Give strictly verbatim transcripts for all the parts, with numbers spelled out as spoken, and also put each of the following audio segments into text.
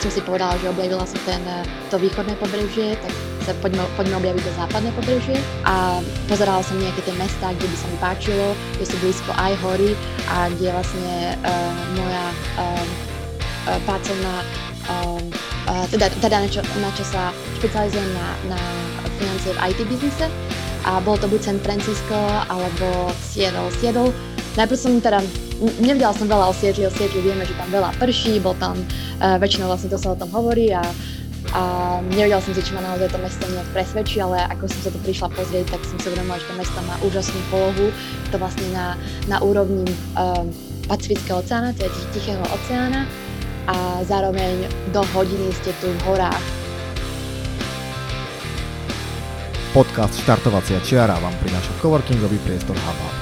keď som si povedala, že objavila som ten, to východné pobrežie, tak sa poďme, poďme objaviť to západné pobrežie. A pozerala som nejaké tie mestá, kde by sa mi páčilo, kde sú blízko aj hory a kde vlastne uh, moja uh, uh, pracovná, uh, uh, teda, teda na, čo, na čo sa špecializujem na, na financie v í té biznise. A bolo to buď San Francisco, alebo Seattle. Seattle. Najprv som teda, nevedela som veľa o Seattle, o Seattle vieme, že tam veľa prší, bol tam, uh, väčšinou vlastne to sa o tom hovorí a, a nevedela som si, či ma naozaj to mesto nejak presvedčí, ale ako som sa to prišla pozrieť, tak som si uvedomila, že to mesto má úžasnú polohu, to vlastne na, na úrovni um, Pacifického oceána, teda Tichého oceána a zároveň do hodiny ste tu v horách. Podcast Štartovacia čiara vám prináša coworkingový priestor HubHub.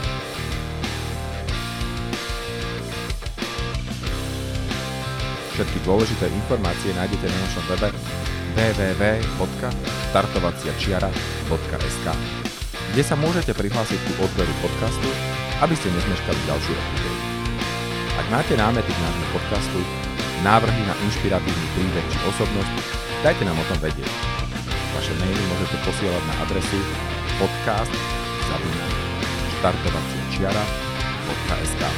Všetky dôležité informácie nájdete na našom webe w w w bodka štartovacia čiara bodka es ka, kde sa môžete prihlásiť ku odberu podcastu, aby ste nezmeškali ďalšiu epizódu. Ak máte námety k nášmu podcastu, návrhy na inšpiratívny príbeh či osobnosť, dajte nám o tom vedieť. Vaše maily môžete posielať na adresu podcast zavináč štartovacia čiara bodka es ka.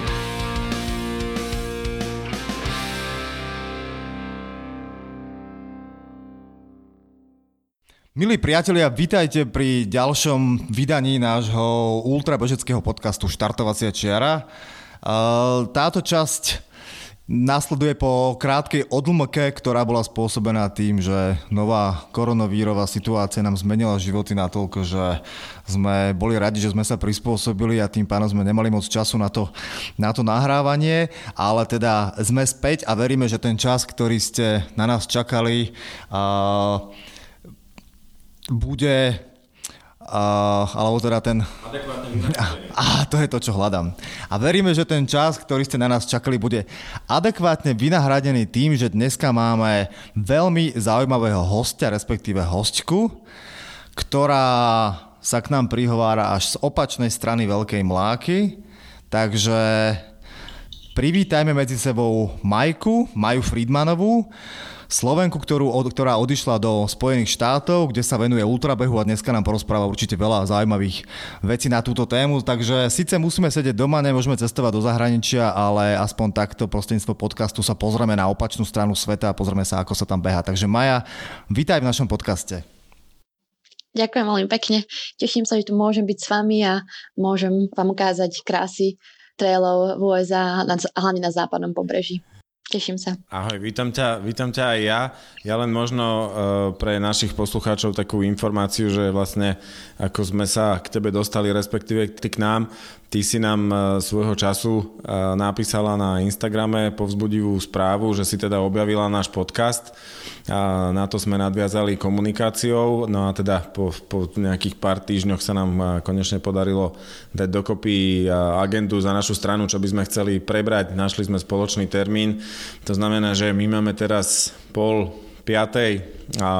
Milí priatelia, vítajte pri ďalšom vydaní nášho ultrabežeckého podcastu Štartovacia čiara. Táto časť nasleduje po krátkej odlmke, ktorá bola spôsobená tým, že nová koronavírová situácia nám zmenila životy natoľko, že sme boli radi, že sme sa prispôsobili a tým pádom sme nemali moc času na to, na to nahrávanie, ale teda sme späť a veríme, že ten čas, ktorý ste na nás čakali, uh, bude, uh, alebo teda ten... A to je to, čo hľadám. A veríme, že ten čas, ktorý ste na nás čakali, bude adekvátne vynahradený tým, že dneska máme veľmi zaujímavého hostia, respektíve hostku, ktorá sa k nám prihovára až z opačnej strany Veľkej Mláky. Takže privítajme medzi sebou Majku, Maju Friedmanovú, Slovenku, ktorú, ktorá odišla do Spojených štátov, kde sa venuje ultrabehu a dneska nám porozpráva určite veľa zaujímavých vecí na túto tému. Takže síce musíme sedieť doma, nemôžeme cestovať do zahraničia, ale aspoň takto prostredníctvom podcastu sa pozrieme na opačnú stranu sveta a pozrieme sa, ako sa tam behá. Takže Maja, vítaj v našom podcaste. Ďakujem veľmi pekne. Teším sa, že tu môžem byť s vami a môžem vám ukázať krásy trailov v ú es á, hlavne na západnom pobreží. Teším sa. Ahoj, vítam ťa, vítam ťa aj ja. Ja len možno uh, pre našich poslucháčov takú informáciu, že vlastne ako sme sa k tebe dostali, respektíve ty k nám, ty si nám uh, svojho času uh, napísala na Instagrame povzbudivú správu, že si teda objavila náš podcast a na to sme nadviazali komunikáciou. No a teda po, po nejakých pár týždňoch sa nám uh, konečne podarilo dať dokopy uh, agendu za našu stranu, čo by sme chceli prebrať. Našli sme spoločný termín. To znamená, že my máme teraz pol piatej a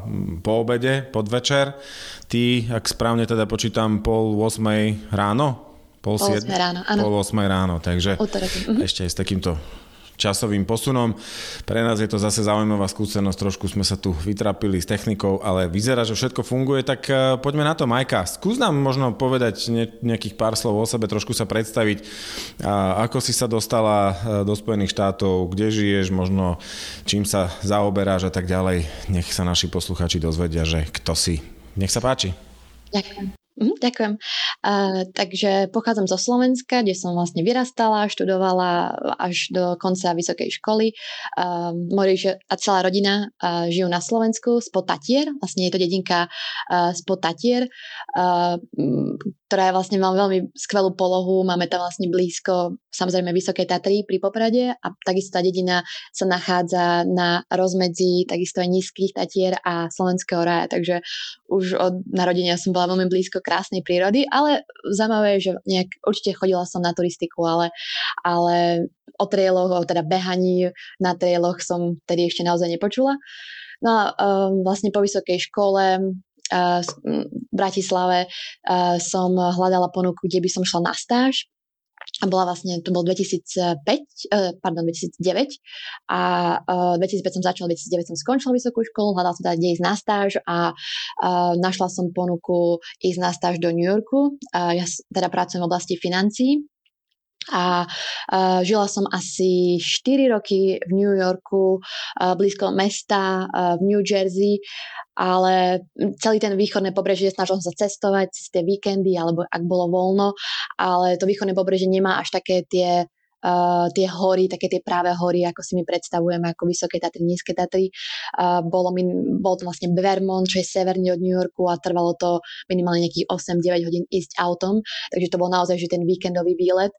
po obede, podvečer. Ty, ak správne teda počítam, pol osmej ráno? Pol, pol osmej ráno, áno. Pol osmej ráno, takže uh-huh. ešte aj s takýmto časovým posunom. Pre nás je to zase zaujímavá skúsenosť, trošku sme sa tu vytrapili s technikou, ale vyzerá, že všetko funguje, tak poďme na to, Majka. Skús nám možno povedať nejakých pár slov o sebe, trošku sa predstaviť, ako si sa dostala do Spojených štátov, kde žiješ, možno čím sa zaoberáš a tak ďalej. Nech sa naši poslucháči dozvedia, že kto si. Nech sa páči. Ďakujem. Mhm, ďakujem. Uh, takže pochádzam zo Slovenska, kde som vlastne vyrastala, študovala až do konca vysokej školy. Uh, Moje a celá rodina uh, žijú na Slovensku spod Tatier. Vlastne je to dedinka uh, spod Tatier, uh, ktorá je vlastne má veľmi skvelú polohu. Máme tam vlastne blízko samozrejme Vysoké Tatry pri Poprade a takisto tá dedina sa nachádza na rozmedzi takisto aj nízkych Tatier a Slovenského rája. Takže už od narodenia som bola veľmi blízko krásnej prírody, ale zaujímavé je, že nejak, určite chodila som na turistiku, ale, ale o trailoch, o teda behaní na trailoch som tedy ešte naozaj nepočula. No a um, vlastne po vysokej škole uh, v Bratislave uh, som hľadala ponuku, kde by som šla na stáž. a bola vlastne, to bol dvetisícpäť, eh, pardon, dvetisícdeväť a eh, dvetisícpäť som začala, dvetisícdeväť som skončila vysokú školu, hľadala som teda, kde ísť na stáž a eh, našla som ponuku ísť na stáž do New Yorku. Eh, ja teda pracujem v oblasti financií a uh, žila som asi štyri roky v New Yorku, uh, blízko mesta, uh, v New Jersey, ale celý ten východné pobrežie snažila som sa cestovať cez tie víkendy, alebo ak bolo voľno, ale to východné pobrežie nemá až také tie Uh, tie hory, také tie práve hory, ako si my predstavujeme, ako Vysoké Tatry, Nízke Tatry. Uh, bolo, mi, bol to vlastne Vermont, čo je severne od New Yorku a trvalo to minimálne nejakých osem deväť hodín ísť autom, takže to bol naozaj že ten víkendový výlet.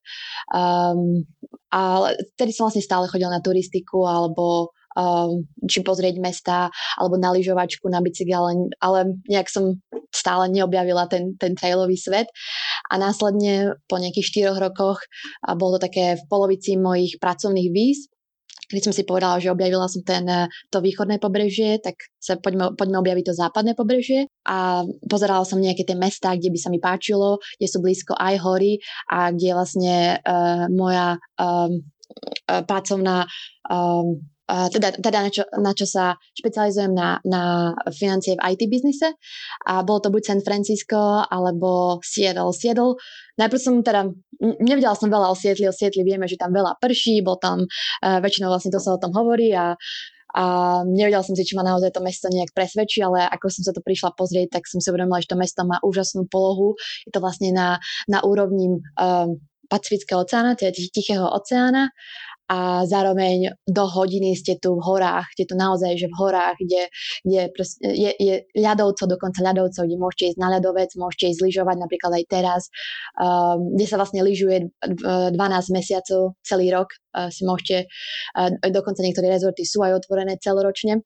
Um, a vtedy som vlastne stále chodila na turistiku alebo um, či pozrieť mesta alebo na lyžovačku, na bicykel, ale, ale nejak som stále neobjavila ten, ten trailový svet. A následne po nejakých štyroch rokoch, a bolo to také v polovici mojich pracovných víz, keď som si povedala, že objavila som ten, to východné pobrežie, tak sa poďme, poďme objaviť to západné pobrežie. A pozerala som nejaké tie mestá, kde by sa mi páčilo, kde sú blízko aj hory a kde vlastne uh, moja um, uh, pracovná um, Uh, teda, teda na, čo, na čo sa špecializujem na, na financie v í té biznise a bolo to buď San Francisco alebo Seattle. Seattle, najprv som teda, nevedela som veľa o Seattle, o Seattle vieme, že tam veľa prší, bol tam, uh, väčšinou vlastne to sa o tom hovorí a, a nevedela som si, či ma naozaj to mesto nejak presvedčí, ale ako som sa to prišla pozrieť, tak som si uvedomila, že to mesto má úžasnú polohu, je to vlastne na, na úrovni um, Pacifického oceána, teda Tichého oceána. A zároveň do hodiny ste tu v horách, ste tu naozaj, že v horách, kde, kde je, je ľadovco, dokonca ľadovcov, kde môžete ísť na ľadovec, môžete ísť lyžovať napríklad aj teraz, um, kde sa vlastne lyžuje dvanásť mesiacov, celý rok, uh, si môžete, uh, dokonca niektoré rezorty sú aj otvorené celoročne.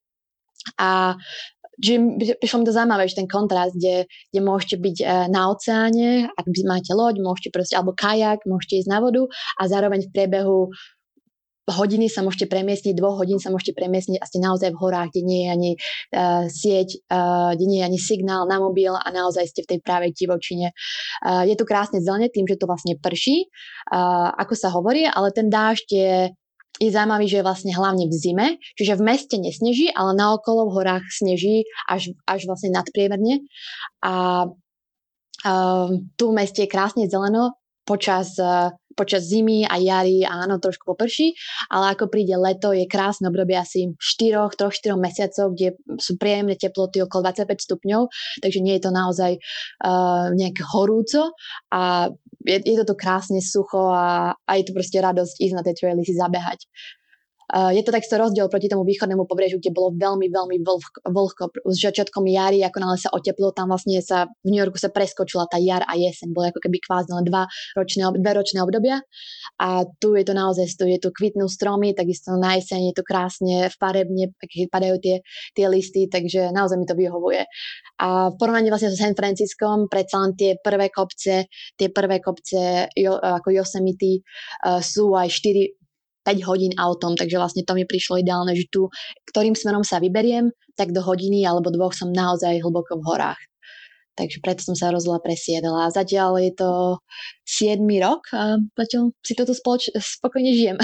A Čiže prišlo mi to zaujímavé, že ten kontrast, kde, kde môžete byť na oceáne, ak máte loď, môžete proste, alebo kajak, môžete ísť na vodu a zároveň v priebehu hodiny sa môžete premiestniť, dvoch hodín sa môžete premiestniť a ste naozaj v horách, kde nie je ani uh, sieť, uh, kde nie je ani signál na mobil a naozaj ste v tej právej divočine. Uh, je tu krásne zelene tým, že to vlastne prší, uh, ako sa hovorí, ale ten dážď je je zaujímavý, že je vlastne hlavne v zime, čiže v meste nesneží, ale naokolo v horách sneží až, až vlastne nadpriemerne. A uh, tu v meste je krásne zeleno počas, uh, počas zimy a jary, áno, trošku poprší, ale ako príde leto, je krásne obdobie asi štyri, tri štyri mesiacov, kde sú príjemné teploty okolo dvadsaťpäť stupňov, takže nie je to naozaj uh, nejak horúco a Je, je to tu krásne sucho a, a je to proste radosť ísť na tie traily si zabehať. Uh, je to takisto rozdiel proti tomu východnému pobrežiu, kde bolo veľmi, veľmi vlhko, vlhko. S začiatkom jary, ako náhle sa oteplilo, tam vlastne sa v New Yorku sa preskočila tá jar a jeseň. Bolo ako keby kvázi len dva ročné, dve ročné obdobia. A tu je to naozaj, tu je tu kvitnú stromy, takisto na jeseň je to krásne farebne, keď padajú tie, tie listy, takže naozaj mi to vyhovuje. A v porovnaní vlastne so San Franciskom, predsa len tie prvé kopce, tie prvé kopce jo, ako Yosemite uh, sú aj štyri päť hodín autom, takže vlastne to mi prišlo ideálne, že tu, ktorým smerom sa vyberiem, tak do hodiny alebo dvoch som naozaj hlboko v horách. Takže preto som sa rozhodla pre Seattle a zatiaľ je to siedmy rok a zatiaľ si toto spoloč- spokojne žijem.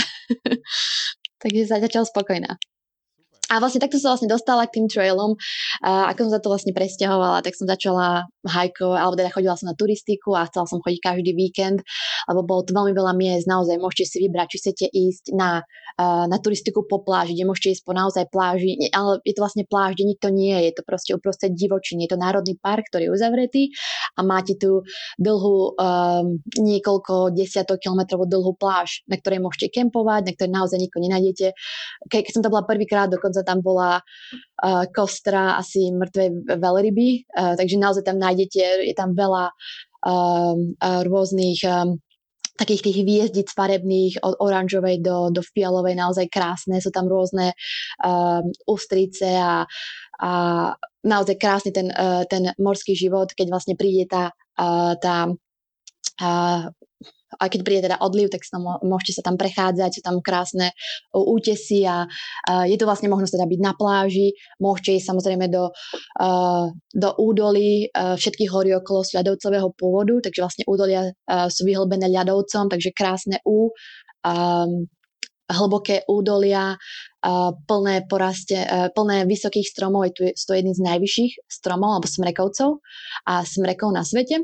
Takže zatiaľ spokojná. A vlastne takto som vlastne dostala k tým trailom. A ako som sa to vlastne presťahovala, tak som začala hajkovať, alebo teda chodila som na turistiku a chcela som chodiť každý víkend, lebo bolo tu veľmi veľa miest, naozaj môžete si vybrať, či chcete ísť na, na turistiku po pláži, kde môžete ísť po naozaj pláži, ale je to vlastne pláž, kde nikto nie je, je to proste uprostred divočiny, je to národný park, ktorý je uzavretý a máte tu dlhú, um, niekoľko desiatok kilometrov dlhú pláž, na ktorej môžete kempovať, na ktorej naozaj nikoho nenájdete. Ke, keď som to bola prvýkrát, dokonca tam bola uh, kostra asi mŕtvej veľryby, uh, takže naozaj tam nájdete, je tam veľa uh, uh, rôznych um, takých tých hviezdic farebných od oranžovej do, do fialovej, naozaj krásne, sú tam rôzne um, ústrice a, a naozaj krásny ten, uh, ten morský život, keď vlastne príde tá, uh, tá uh, aj keď príde teda odliv, tak sa tam, môžete sa tam prechádzať, sú tam krásne útesy a uh, je to vlastne možnosť teda byť na pláži, môžete ísť samozrejme do, uh, do údolí, uh, všetkých horí okolo sú ľadovcového pôvodu, takže vlastne údolia uh, sú vyhlbené ľadovcom, takže krásne ú, um, hlboké údolia, uh, plné poraste, uh, plné vysokých stromov, je tu je to jedný z najvyšších stromov alebo smrekovcov a smrekov na svete.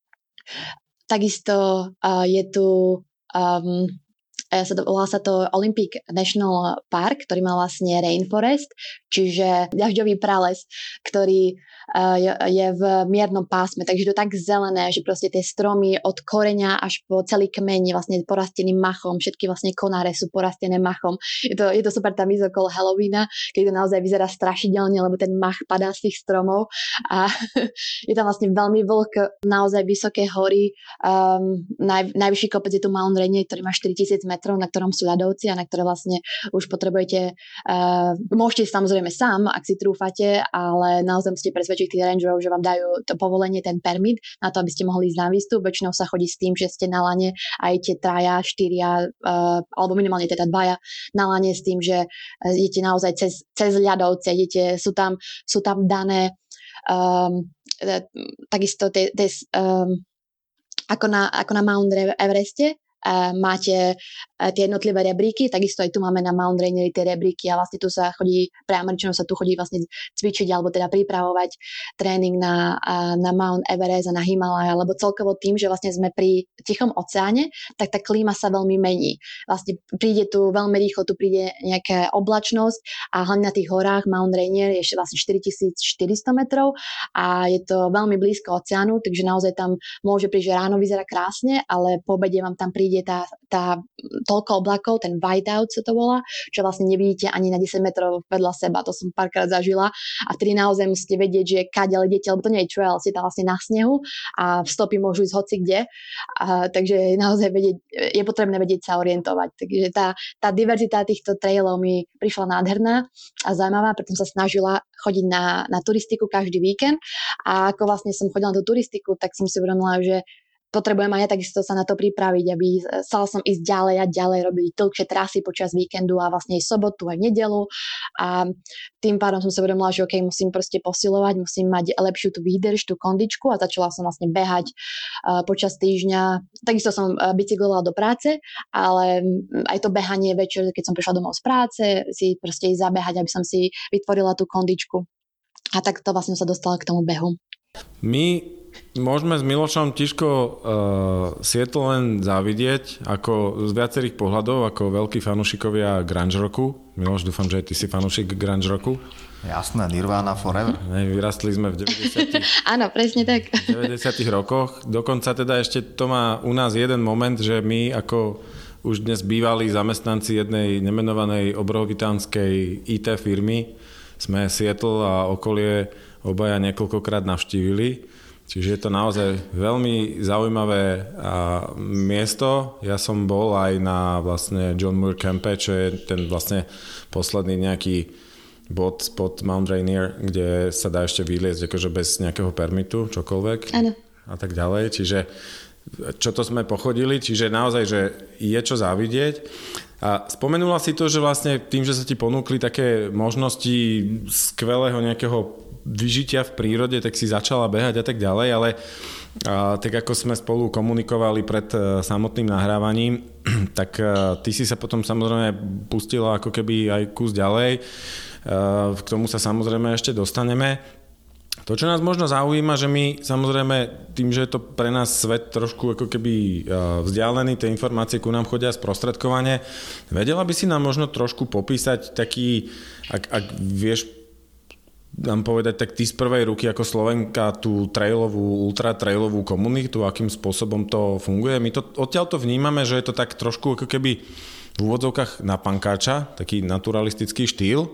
Takisto uh, je tu, um, sa to, volá sa to Olympic National Park, ktorý má vlastne rainforest, čiže dažďový prales, ktorý uh, je, je v miernom pásme, takže to je tak zelené, že proste tie stromy od koreňa až po celý kmeň je vlastne porastený machom, všetky vlastne konáre sú porastené machom. Je to, je to super tam ísť okolo Halloweena, keď to naozaj vyzerá strašidelne, lebo ten mach padá z tých stromov a je tam vlastne veľmi vlhk, naozaj vysoké hory. Um, naj, najvyšší kopec je tu Mount Rainier, ktorý má štyritisíc metrov, na ktorom sú ľadovci a na ktoré vlastne už potrebujete, uh, môžete samozrejme sám, ak si trúfate, ale naozaj musíte presvedčiť tých rangerov, že vám dajú to povolenie, ten permit na to, aby ste mohli ísť na výstup. Väčšinou sa chodí s tým, že ste na lane a idete traja, štyria, uh, alebo minimálne teda dvaja na lane s tým, že idete naozaj cez, cez ľadovce, idete, sú tam, sú tam dané um, takisto tie, tie um, ako na, ako na Mount Evereste, Uh, máte uh, tie jednotlivé rebríky, takisto aj tu máme na Mount Rainier tie rebríky a vlastne tu sa chodí, pre Američanov sa tu chodí vlastne cvičiť alebo teda pripravovať tréning na, uh, na Mount Everest a na Himalaja, lebo celkovo tým, že vlastne sme pri Tichom oceáne, tak tá klíma sa veľmi mení. Vlastne príde tu veľmi rýchlo, tu príde nejaká oblačnosť a hlavne na tých horách Mount Rainier je ešte vlastne štyritisícštyristo metrov a je to veľmi blízko oceánu, takže naozaj tam môže prísť, že ráno vyzerá krásne, ale po obede vám tam príde je tá, tá toľko oblakov, ten whiteout sa to volá, že vlastne nevidíte ani na desať metrov vedľa seba, to som párkrát zažila a vtedy naozaj musíte vedieť, že kadeľ idete, lebo to nie je trail, ste tam vlastne na snehu a stopy môžu ísť hoci kde, a, takže naozaj vedieť, je potrebné vedieť sa orientovať, takže tá, tá diverzita týchto trailov mi prišla nádherná a zaujímavá, preto som sa snažila chodiť na, na turistiku každý víkend a ako vlastne som chodila na tú turistiku, tak som si uvedomila, že potrebujem aj ja takisto sa na to pripraviť, aby chcela som ísť ďalej a ďalej, robiť dlhšie trasy počas víkendu a vlastne aj sobotu, aj nedelu a tým pádom som sa uvedomila, že ok, musím proste posilovať, musím mať lepšiu tú výdrž, tú kondičku a začala som vlastne behať uh, počas týždňa. Takisto som uh, bicyklovala do práce, ale aj to behanie večer, keď som prišla domov z práce, si proste ísť zabehať, aby som si vytvorila tú kondičku. A tak to vlastne sa dostala k tomu behu. My môžeme s Milošom Tiško uh, Seattle len závidieť ako z viacerých pohľadov, ako veľkí fanúšikovia grunge rocku. Miloš, dúfam, že ty si fanúšik grunge rocku. Jasné, Nirvana forever. Hej, vyrastli sme v deväťdesiatych Áno, presne tak. V deväťdesiatych rokoch. Dokonca teda ešte to má u nás jeden moment, že my ako už dnes bývalí zamestnanci jednej nemenovanej obrovitánskej í té firmy sme Seattle a okolie obaja niekoľkokrát navštívili. Čiže je to naozaj veľmi zaujímavé a, miesto. Ja som bol aj na vlastne John Muir Campe, čo je ten vlastne posledný nejaký bod spod Mount Rainier, kde sa dá ešte vyliezť akože bez nejakého permitu, čokoľvek. Áno. A tak ďalej. Čiže čo to sme pochodili, čiže naozaj, že je čo závidieť. A spomenula si to, že vlastne tým, že sa ti ponúkli také možnosti skvelého nejakého vyžitia v prírode, tak si začala behať a tak ďalej, ale a, tak ako sme spolu komunikovali pred a, samotným nahrávaním, tak a, ty si sa potom samozrejme pustila ako keby aj kus ďalej. A, k tomu sa samozrejme ešte dostaneme. To, čo nás možno zaujíma, že my samozrejme tým, že je to pre nás svet trošku ako keby vzdialený, tie informácie ku nám chodia sprostredkovane, vedela by si nám možno trošku popísať taký, ak, ak vieš nám povedať, tak ty z prvej ruky ako Slovenka tú trailovú, ultra trailovú komunitu, akým spôsobom to funguje. My to odtiaľ to vnímame, že je to tak trošku ako keby v úvodzovkách na pankáča, taký naturalistický štýl.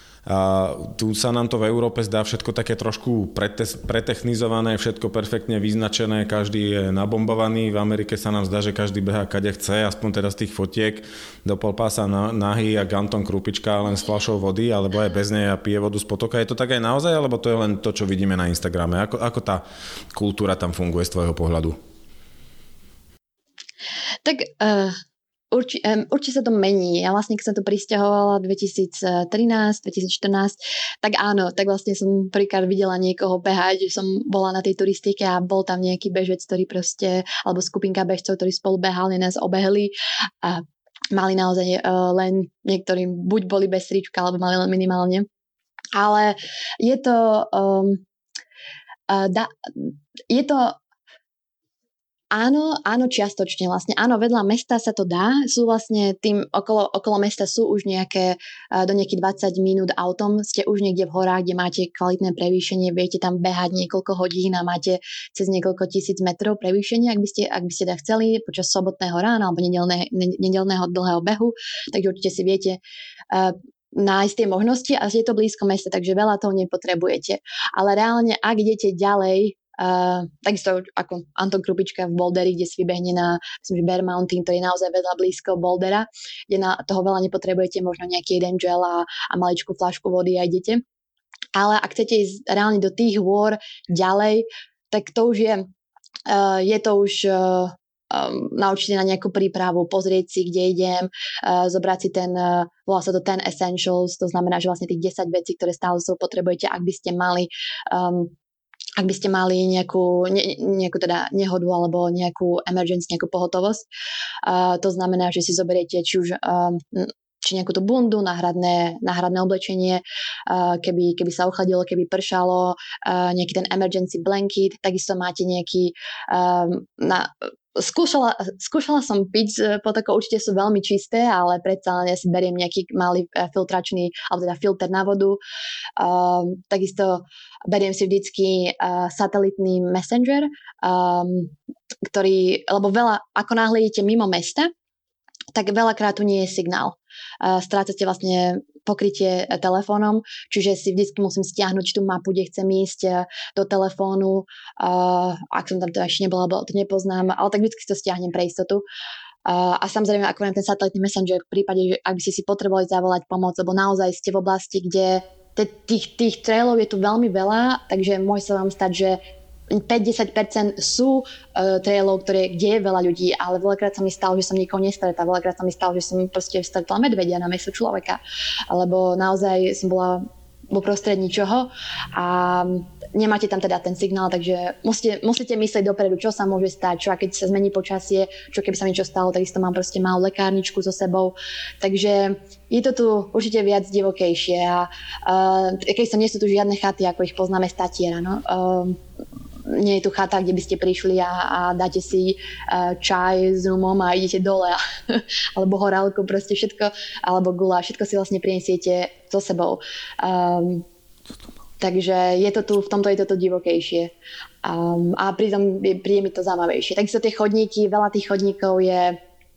A tu sa nám to v Európe zdá všetko také trošku prete- pretechnizované, všetko perfektne vyznačené, každý je nabombovaný. V Amerike sa nám zdá, že každý behá kade chce, aspoň teda z tých fotiek do polpása nahý a Anton Krupička len s fľašou vody, alebo aj bez nej a pije vodu z potoka. Je to tak aj naozaj, alebo to je len to, čo vidíme na Instagrame? Ako, ako tá kultúra tam funguje z tvojho pohľadu? Tak uh, urči, um, určite sa to mení. Ja vlastne, keď som tu prisťahovala dvetisíctrinásť dvetisícštrnásť, tak áno, tak vlastne som prvýkrát videla niekoho behať, že som bola na tej turistike a bol tam nejaký bežec, ktorý proste, alebo skupinka bežcov, ktorí spolu behali, nás obehli a mali naozaj uh, len niektorí buď boli bez trička, alebo mali len minimálne. Ale je to um, uh, da, je to áno, áno, čiastočne vlastne. Áno, vedľa mesta sa to dá. Sú vlastne tým, okolo, okolo mesta sú už nejaké, uh, do nejakých dvadsať minút autom. Ste už niekde v horách, kde máte kvalitné prevýšenie, viete tam behať niekoľko hodín a máte cez niekoľko tisíc metrov prevýšenie, ak by ste, ak by ste tak chceli počas sobotného rána alebo nedelné, nedelného dlhého behu, takže určite si viete uh, nájsť tie možnosti a je to blízko mesta, takže veľa toho nepotrebujete. Ale reálne, ak idete ďalej, Uh, takisto ako Anton Krupička v Boulderi, kde si vybehne na myslím, že Bear Mountain, ktorý je naozaj vedľa blízko Bouldera, kde na toho veľa nepotrebujete, možno nejaký jeden gel a, a maličkú fľašku vody a idete. Ale ak chcete ísť reálne do tých hôr ďalej, tak to už je uh, je to už uh, um, naučiť na nejakú prípravu, pozrieť si, kde idem, uh, zobrať si ten, uh, volá sa to ten essentials, to znamená, že vlastne tých desať vecí, ktoré stále so potrebujete, ak by ste mali um, ak by ste mali nejakú, ne, nejakú teda nehodu alebo nejakú emergency, nejakú pohotovosť. Uh, to znamená, že si zoberiete či už um, či nejakú tú bundu, náhradné, náhradné oblečenie, uh, keby, keby sa ochladilo, keby pršalo, uh, nejaký ten emergency blanket, takisto máte nejaký um, na, skúšala, skúšala som piť potoky, určite sú veľmi čisté, ale predsa len ja si beriem nejaký malý filtračný, alebo teda filter na vodu. Um, takisto beriem si vždycky uh, satelitný messenger, um, ktorý, lebo veľa, ako náhle idete mimo mesta, tak veľakrát tu nie je signál. Uh, strácate vlastne pokrytie telefónom, čiže si vždycky musím stiahnuť tú mapu, kde chcem ísť do telefónu. Uh, ak som tam teda ešte nebola, alebo to nepoznám, ale tak vždycky to stiahnem pre istotu. Uh, a samozrejme, ako ten satelitný messenger, v prípade, že ak by ste si potrebovali zavolať pomoc, lebo naozaj ste v oblasti, kde tých, tých trailov je tu veľmi veľa, takže môže sa vám stať, že päť až desať percent sú uh, trailov, ktoré, kde je veľa ľudí, ale veľakrát sa mi stalo, že som nikoho nestretla, veľakrát sa mi stalo, že som proste stretla medvedia na miesto človeka, lebo naozaj som bola uprostred ničoho a nemáte tam teda ten signál, takže musíte, musíte myslieť dopredu, čo sa môže stať, čo a keď sa zmení počasie, čo keby sa niečo stalo, takisto mám proste malú lekárničku so sebou, takže je to tu určite viac divokejšie a uh, keď sa nie sú tu žiadne chaty, ako ich poznáme z Tatiera, no. Uh, nie je tu chata, kde by ste prišli a, a dáte si uh, čaj s rumom a idete dole alebo horálku, proste všetko, alebo gula, všetko si vlastne prinesiete so sebou. Um, takže je to tu, v tomto je to tu divokejšie. Um, a pritom príde mi to zaujímavejšie. Takisto tie chodníky, veľa tých chodníkov je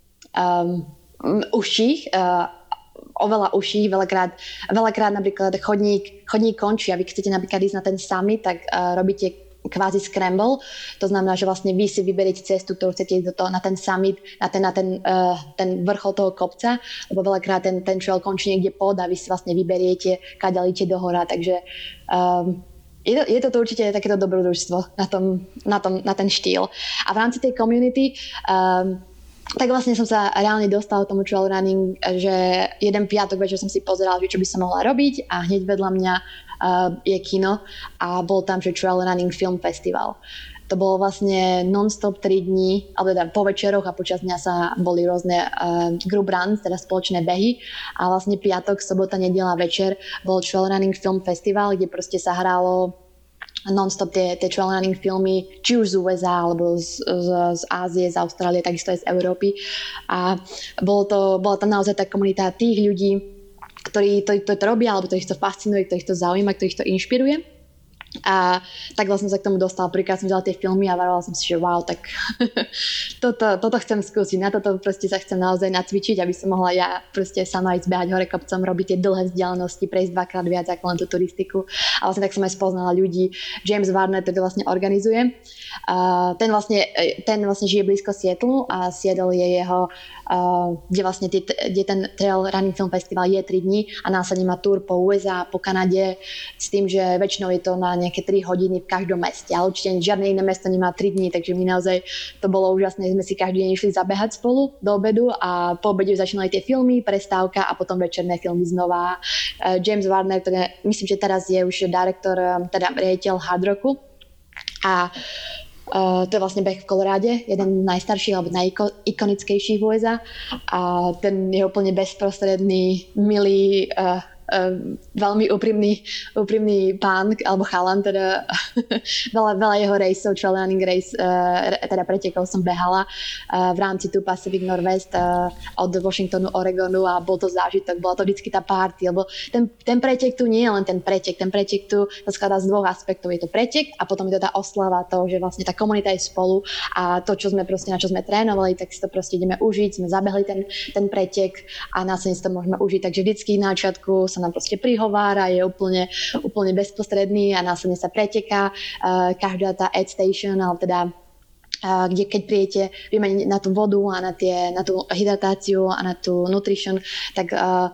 um, užších, uh, oveľa užších, veľakrát, veľakrát napríklad chodník, chodník končí a vy chcete napríklad ísť na ten summit, tak uh, robíte kvázi scramble, to znamená, že vlastne vy si vyberiete cestu, ktorú chcete ísť do toho, na ten summit, na ten, na ten, uh, ten vrchol toho kopca, lebo veľakrát ten, ten trail končí niekde pod a vy si vlastne vyberiete, kaďal idete do hora, takže um, je, to, je to určite takéto dobrodružstvo na, tom, na, tom, na ten štýl. A v rámci tej community um, tak vlastne som sa reálne dostala k tomu trail running, že jeden piatok večer som si pozerala, čo by som mohla robiť a hneď vedľa mňa uh, je kino a bol tam, že Trail Running Film Festival. To bolo vlastne non-stop tri dní, alebo teda po večeroch a počas dňa sa boli rôzne uh, group runs, teda spoločné behy a vlastne piatok, sobota, nedeľa večer bol Trail Running Film Festival, kde proste sa hrálo non-stop tie, tie trail running filmy, či už z ú es á, alebo z, z, z Ázie, z Austrálie, takisto aj z Európy. A bolo to, bola tam naozaj tá komunita tých ľudí, ktorí to, to, to robia, alebo ktorých to fascinuje, ktorých to zaujíma, ktorých to inšpiruje. A tak vlastne sa k tomu dostala. Prvýkrát som videla tie filmy a varovala som si, že wow, tak toto, toto chcem skúsiť. Na toto proste sa chcem naozaj nacvičiť, aby som mohla ja proste sama ísť behať hore kopcom, robiť tie dlhé vzdialenosti, prejsť dvakrát viac ako len tú turistiku. A vlastne tak som aj spoznala ľudí. James Warner to vlastne organizuje. Uh, ten, vlastne, ten vlastne žije blízko Seattlu a Seattle je jeho, uh, kde vlastne tie, kde ten Trail Running Film Festival je tri dní a následne má tour po ú es á, po Kanade s tým, že väčšinou je to na nejaké tri hodiny v každom meste, ale určite žiadne iné mesto nemá tri dní, takže my naozaj to bolo úžasné, sme si každý deň išli zabehať spolu do obedu a po obede začínali tie filmy, prestávka a potom večerné filmy znova. James Warner, ktorý myslím, že teraz je už direktor, teda riaditeľ Hard Rocku a Uh, to je vlastne beh v Koloráde, jeden z najstarších alebo najikonickejších v ú es á a ten je úplne bezprostredný, milý, uh, uh, veľmi úprimný, úprimný pán alebo chalan, teda veľa, veľa jeho raceov, trail running race, uh, teda pretekov som behala uh, v rámci tu Pacific Northwest uh, od Washingtonu, Oregonu a bol to zážitok, bola to vždycky tá party, lebo ten, ten pretek tu nie je len ten pretek, ten pretek tu sa skladá z dvoch aspektov, je to pretek a potom je to tá oslava toho, že vlastne tá komunita je spolu a to, čo sme proste, na čo sme trénovali, tak si to proste ideme užiť, sme zabehli ten, ten pretek a následne si to môžeme užiť, takže vždycky na začiatku sa nám proste prihovára, je úplne, úplne bezprostredný a následne sa preteká uh, každá tá aid station, ale teda uh, kde keď prijete vymeniť na tú vodu a na, tie, na tú hydratáciu a na tú nutrition, tak uh,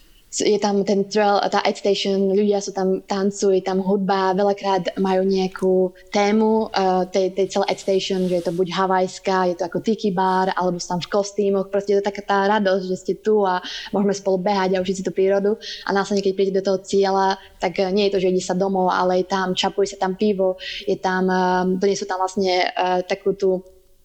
je tam ten trail, tá aid station, ľudia sú tam, tancujú, je tam hudba, veľakrát majú nejakú tému uh, tej, tej celé aid station, že je to buď havajská, je to ako tiki bar, alebo sú tam v kostýmoch, proste je to taká tá radosť, že ste tu a môžeme spolu behať a užiť si tú prírodu a následne, keď príjete do toho cieľa, tak nie je to, že ide sa domov, ale je tam, čapuje sa tam pivo, je tam, um, donesú tam vlastne uh, takú tú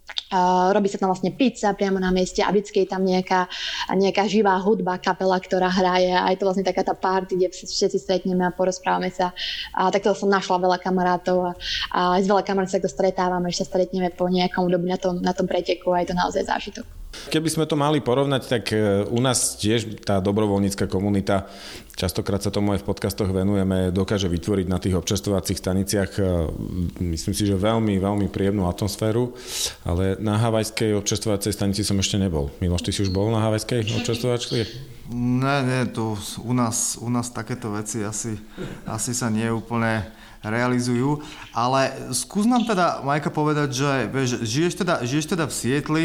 Uh, robí sa tam vlastne pizza priamo na mieste a vždycky je tam nejaká, nejaká živá hudba, kapela, ktorá hraje a je to vlastne taká tá party, kde všetci stretneme a porozprávame sa. A takto som našla veľa kamarátov a, a aj s veľa kamarátov sa to stretávame, že sa stretneme po nejakom dobu na tom, na tom preteku a je to naozaj zážitok. Keby sme to mali porovnať, tak u nás tiež tá dobrovoľnícka komunita, častokrát sa tomu aj v podcastoch venujeme, dokáže vytvoriť na tých občerstvovacích staniciach, myslím si, že veľmi, veľmi príjemnú atmosféru, ale na havajskej občerstvovacej stanici som ešte nebol. Miloš, ty si už bol na havajskej občerstvovačke? Ne, nie, tu u nás, u nás takéto veci asi, asi sa nie úplne realizujú, ale skús nám teda, Majka, povedať, že vieš, žiješ, teda, žiješ teda v Sietli,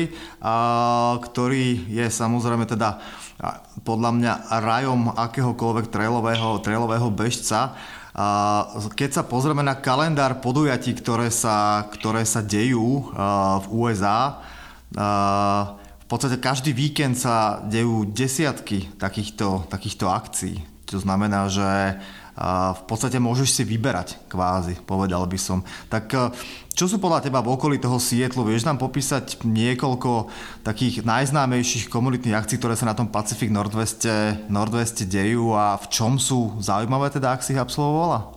a, ktorý je samozrejme teda podľa mňa rajom akéhokoľvek trailového, trailového bežca. A, keď sa pozrieme na kalendár podujatí, ktoré sa, ktoré sa dejú a, v ú es á, a, v podstate každý víkend sa dejú desiatky takýchto, takýchto akcií. To znamená, že a v podstate môžeš si vyberať kvázi, povedal by som. Tak čo sú podľa teba v okolí toho Sietlu? Vieš nám popísať niekoľko takých najznámejších komunitných akcií, ktoré sa na tom Pacific Northweste, Northweste dejú a v čom sú zaujímavé teda, ak si ich absolvovala?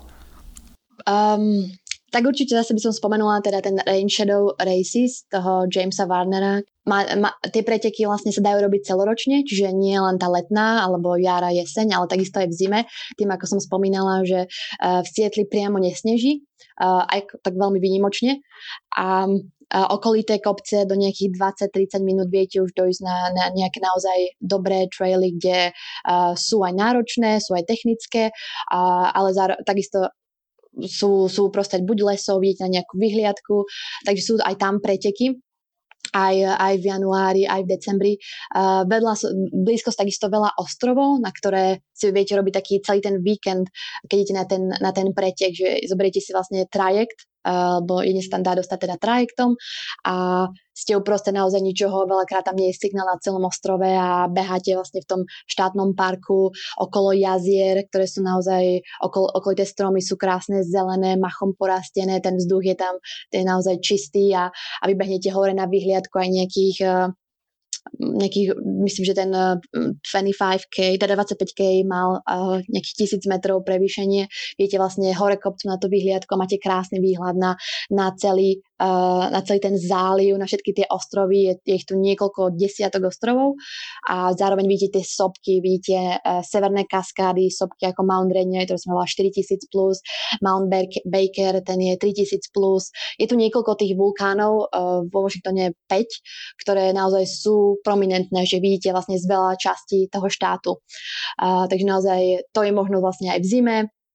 Um, tak určite zase by som spomenula teda ten Rain Shadow Races toho Jamesa Warnera. Ma, ma, tie preteky vlastne sa dajú robiť celoročne, čiže nie len tá letná alebo jara, jeseň, ale takisto aj v zime. Tým, ako som spomínala, že uh, v Sietli priamo nesneží, uh, aj tak veľmi výnimočne. A uh, okolité kopce do nejakých dvadsať tridsať minút viete už dojsť na, na nejaké naozaj dobré traily, kde uh, sú aj náročné, sú aj technické, uh, ale záro- takisto sú, sú proste buď lesov, vidíte na nejakú vyhliadku, takže sú aj tam preteky. Aj, aj v januári, aj v decembri. Uh, vedľa, blízko takisto veľa ostrovov, na ktoré si viete robiť taký celý ten víkend, keď idete na ten, na ten pretek, že zoberiete si vlastne trajekt, uh, lebo jedne sa tam dá dostať teda trajektom a ste uprostred naozaj ničoho, veľakrát tam nie je signál na celom ostrove a beháte vlastne v tom štátnom parku okolo jazier, ktoré sú naozaj, okolo, okolité stromy sú krásne, zelené, machom porastené, ten vzduch je tam, ten je naozaj čistý a, a vybehnete hore na vyhliadku aj nejakých uh, nejakých, myslím, že ten dvadsaťpäť ká, teda dvadsaťpäť ká mal uh, nejakých tisíc metrov prevýšenie. Viete vlastne hore kopcom na tú vyhliadku a máte krásny výhľad na, na, celý, uh, na celý ten záliv, na všetky tie ostrovy. Je, je ich tu niekoľko desiatok ostrovov a zároveň vidíte tie sopky, vidíte uh, severné kaskády, sopky ako Mount Rainier, ktoré som mala štyritisíc plus, Mount Baker, ten je tritisíc plus. Je tu niekoľko tých vulkánov, uh, vo Washingtone päť, ktoré naozaj sú prominentné, že vidíte vlastne z veľa častí toho štátu. Uh, takže naozaj to je možno vlastne aj v zime.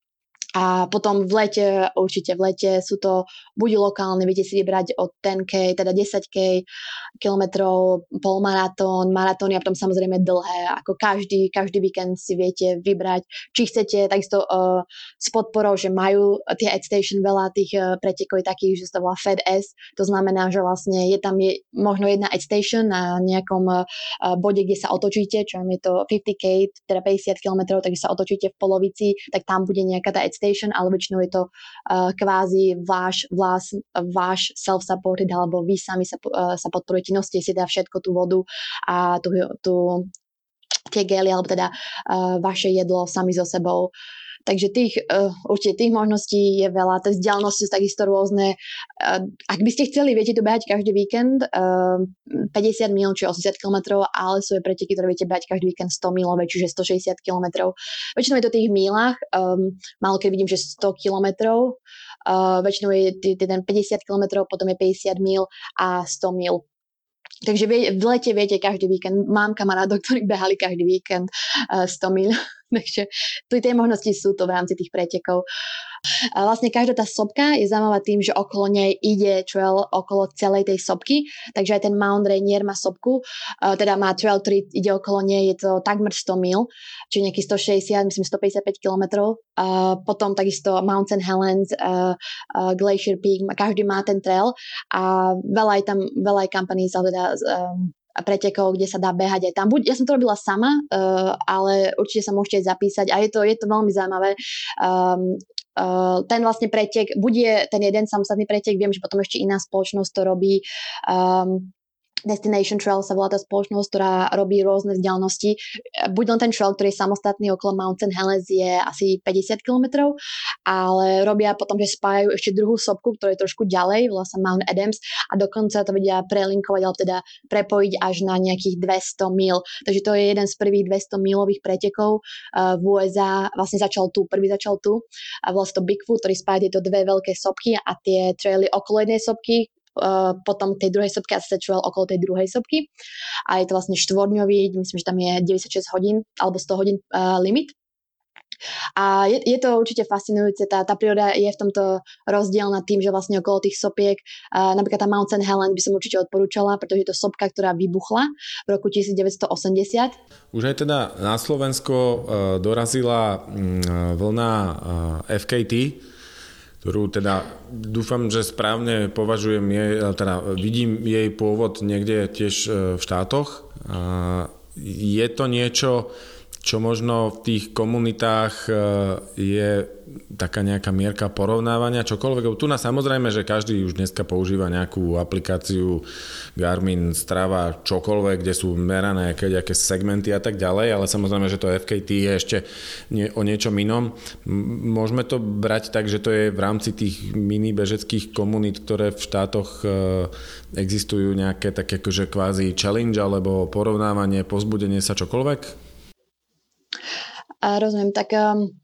A potom v lete, určite v lete sú to buď lokálne, viete si vybrať od ten K, teda desať K kilometrov, polmaratón, maratóny a potom samozrejme dlhé. Ako každý, každý víkend si viete vybrať, či chcete takisto uh, s podporou, že majú tie Aid Station, veľa tých uh, pretekov je takých, že sa to volá FedEx. To znamená, že vlastne je tam je, možno jedna Aid Station na nejakom uh, bode, kde sa otočíte, čo je to päťdesiat K, teda päťdesiat kilometrov, takže sa otočíte v polovici, tak tam bude nejaká tá Aid Station, ale väčšinou je to uh, kvázi váš, vás, váš self-supported, alebo vy sami sa, uh, sa podporujete, nosíte si teda všetko tú vodu a tú, tú, tie gely, alebo teda uh, vaše jedlo sami so sebou. Takže tých, uh, určite tých možností je veľa, tie vzdialenosti sú takisto rôzne. Uh, ak by ste chceli, viete tu behať každý víkend, uh, päťdesiat míl, či osemdesiat kilometrov, ale sú aj preteky, ktoré viete behať každý víkend sto mílové, čiže stošesťdesiat kilometrov. Väčšinou je to v tých mílach, um, málo keď vidím, že sto kilometrov, uh, väčšinou je ten päťdesiat kilometrov, potom je päťdesiat míl a sto míl. Takže v lete viete každý víkend. Mám kamarátov, ktorí behali každý víkend uh, sto míľ. Takže tie možnosti sú to v rámci tých pretekov. A vlastne každá tá sopka je zaujímavá tým, že okolo nej ide trail okolo celej tej sopky. Takže aj ten Mount Rainier má sopku. Uh, teda má trail, ktorý ide okolo nej. Je to takmer sto míl. Čiže nejakých stošesťdesiat, myslím stopäťdesiatpäť kilometrov. Uh, potom takisto Mount Saint Helens, uh, uh, Glacier Peak. Každý má ten trail. A veľa je tam, veľa je kampaní, teda um, pretekov, kde sa dá behať aj tam. Buď, ja som to robila sama, uh, ale určite sa môžete zapísať a je to, je to veľmi zaujímavé. Um, uh, ten vlastne pretek, bude ten jeden samostatný pretek, viem, že potom ešte iná spoločnosť to robí. Um, Destination Trail sa volá tá spoločnosť, ktorá robí rôzne vzdialenosti. Buď len ten trail, ktorý je samostatný okolo Mount Saint Helens, je asi päťdesiat kilometrov, ale robia potom, že spájajú ešte druhú sopku, ktorá je trošku ďalej, volá sa Mount Adams a dokonca to vedia prelinkovať, alebo teda prepojiť až na nejakých dvesto míl. Takže to je jeden z prvých dvesto mílových pretekov uh, v ú es á. Vlastne začal tu, prvý začal tu a volá sa to Bigfoot, ktorý spája tieto dve veľké sopky a tie traily okolo jednej sopky. Uh, potom tej druhej sopky a sa trail okolo tej druhej sopky a je to vlastne štvorňový, myslím, že tam je deväťdesiatšesť hodín alebo sto hodín uh, limit a je, je to určite fascinujúce, tá, tá príroda je v tomto rozdielna tým, že vlastne okolo tých sopiek, uh, napríklad tá Mount Saint Helens by som určite odporúčala, pretože je to sopka, ktorá vybuchla v roku devätnásťstoosemdesiat. Už aj teda na Slovensko uh, dorazila um, vlna uh, ef ká té, ktorú teda dúfam, že správne považujem, jej, teda vidím jej pôvod niekde tiež v štátoch. Je to niečo, čo možno v tých komunitách je taká nejaká mierka porovnávania, čokoľvek. Tu na samozrejme, že každý už dneska používa nejakú aplikáciu Garmin, Strava, čokoľvek, kde sú merané nejaké segmenty a tak ďalej, ale samozrejme, že to ef ká té je ešte nie, o niečom inom. Môžeme to brať tak, že to je v rámci tých mini bežeckých komunít, ktoré v štátoch e, existujú nejaké také akože kvázi challenge alebo porovnávanie, pozbudenie sa čokoľvek? A rozumiem, tak um,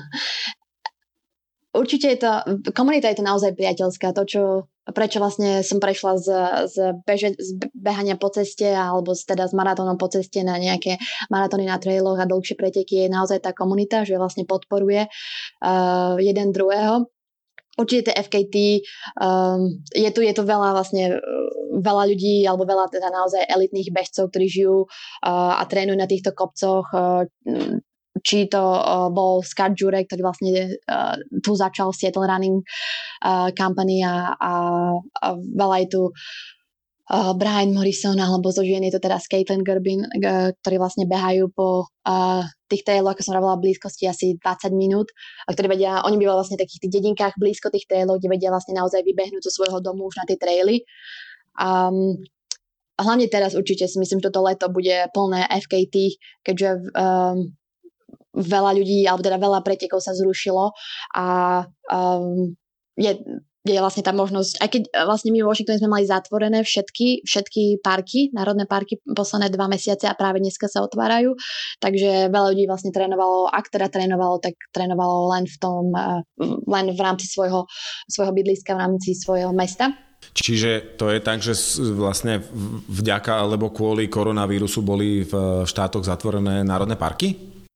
určite je to, komunita je to naozaj priateľská, to čo, prečo vlastne som prešla z, z, beže, z behania po ceste alebo z, teda s maratónom po ceste na nejaké maratóny na trailoch a dlhšie preteky, je naozaj tá komunita, že vlastne podporuje uh, jeden druhého. Určite tie ef ká té, um, je, tu, je tu veľa vlastne veľa ľudí alebo veľa teda naozaj elitných bežcov, ktorí žijú uh, a trénujú na týchto kopcoch. Uh, či to uh, bol Scott Jurek, ktorý vlastne uh, tu začal Seattle Running uh, Company a, a, a veľa je tu uh, Brian Morrison alebo zo žien je to teraz Caitlin Gerbin, uh, ktorí vlastne behajú po uh, tých trailoch, ako som hovorila, v blízkosti asi dvadsať minút, a ktorí vedia, oni bývajú vlastne v takých tých dedinkách blízko tých trailov, kde vedia vlastne naozaj vybehnúť zo svojho domu už na tie traily. Um, hlavne teraz určite si myslím, že toto leto bude plné ef ká té, keďže um, veľa ľudí, alebo teda veľa pretekov sa zrušilo a um, je, je vlastne tá možnosť, aj keď vlastne my v Washingtone sme mali zatvorené všetky, všetky parky, národné parky posledné dva mesiace a práve dneska sa otvárajú, takže veľa ľudí vlastne trénovalo, ak teda trénovalo, tak trénovalo len v tom, len v rámci svojho, svojho bydliska, v rámci svojho mesta. Čiže to je tak, že vlastne vďaka alebo kvôli koronavírusu boli v štátoch zatvorené národné parky?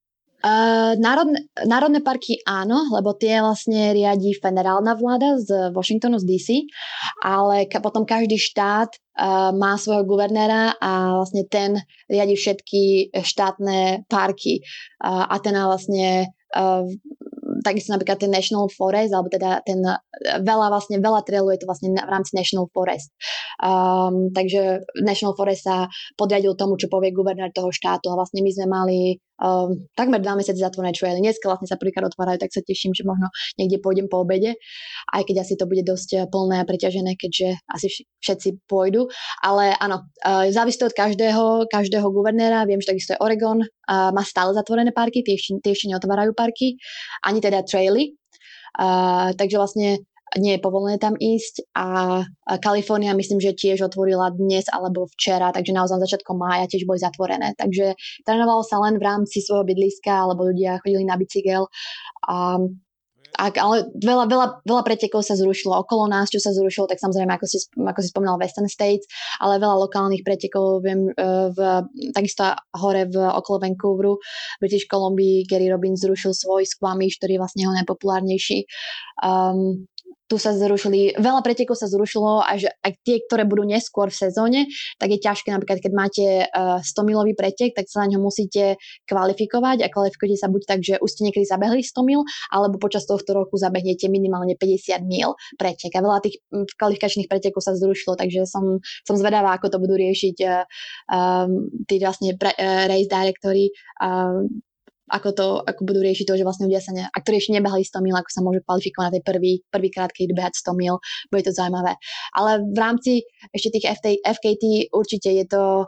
Uh, národné, národné parky áno, lebo tie vlastne riadi federálna vláda z Washingtonu, z dé cé, ale ka- potom každý štát uh, má svojho guvernéra a vlastne ten riadi všetky štátne parky. Uh, a ten vlastne uh, takisto napríklad ten National Forest, alebo teda ten veľa vlastne, veľa trailu je to vlastne v rámci National Forest. Um, takže National Forest sa podriadil tomu, čo povie guvernér toho štátu a vlastne my sme mali um, takmer dva mesiace zatvorené traily. Dneska vlastne sa prvýkrát otvárajú, tak sa teším, že možno niekde pôjdem po obede, aj keď asi to bude dosť plné a preťažené, keďže asi všetci pôjdu. Ale áno, uh, závisí to od každého, každého guvernéra. Viem, že takisto je Oregon, uh, má stále zatvorené parky, tie ešte, tie ešte neotvárajú parky, ani teda traily. Uh, takže vlastne nie je povolené tam ísť a Kalifornia myslím, že tiež otvorila dnes alebo včera, takže naozaj začiatkom mája tiež boli zatvorené. Takže trénovalo sa len v rámci svojho bydliska alebo ľudia chodili na bicykel. A, a, ale veľa, veľa, veľa pretekov sa zrušilo okolo nás, čo sa zrušilo, tak samozrejme, ako si, ako si spomínal, Western States, ale veľa lokálnych pretekov, viem, v, takisto hore v okolo Vancouveru, British Columbia, Gary Robbins zrušil svoj Squamish, ktorý je vlastne jeho najpopulárnejší. Um, tu sa zrušili, veľa pretekov sa zrušilo a že aj tie, ktoré budú neskôr v sezóne, tak je ťažké, napríklad keď máte uh, sto-milový pretek, tak sa na ňo musíte kvalifikovať a kvalifikujete sa buď tak, že už ste niekedy zabehli sto mil, alebo počas tohto roku zabehnete minimálne päťdesiat mil pretek a veľa tých kvalifikačných pretekov sa zrušilo, takže som, som zvedavá, ako to budú riešiť uh, um, tí vlastne pre, uh, race directori uh, ako to, ako budú riešiť to, že vlastne ľudia sa ne, a ktorí ešte nebehali sto mil, ako sa môžu kvalifikovať na tej prvý, prvý krát, keď idú behať sto mil, bude to zaujímavé. Ale v rámci ešte tých ef ká té určite je to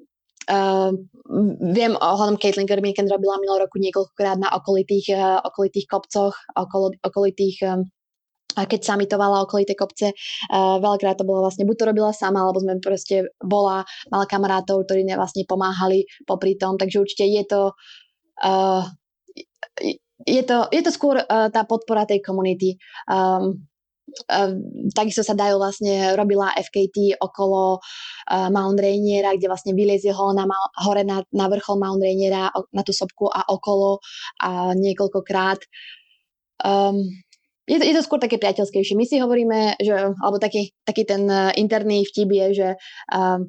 uh, viem ohľadom Caitlin Germinken robila minulý roku niekoľkokrát na okolitých, uh, okolitých kopcoch, okolo, okolitých um, a keď summitovala okolité kopce, uh, veľakrát to bolo vlastne, buď to robila sama, alebo sme proste bola, mala kamarátov, ktorí ne vlastne pomáhali popri tom, takže určite je to Uh, je, to, je to skôr uh, tá podpora tej komunity. Um, uh, takisto sa dajú vlastne, robila ef ká té okolo uh, Mount Rainiera, kde vlastne vyliezil ho na, hore na, na vrchol Mount Rainiera, na tú sopku a okolo a niekoľkokrát. Um, je, to, je to skôr také priateľskejšie. My si hovoríme, že, alebo taký, taký ten uh, interný vtip je, že um,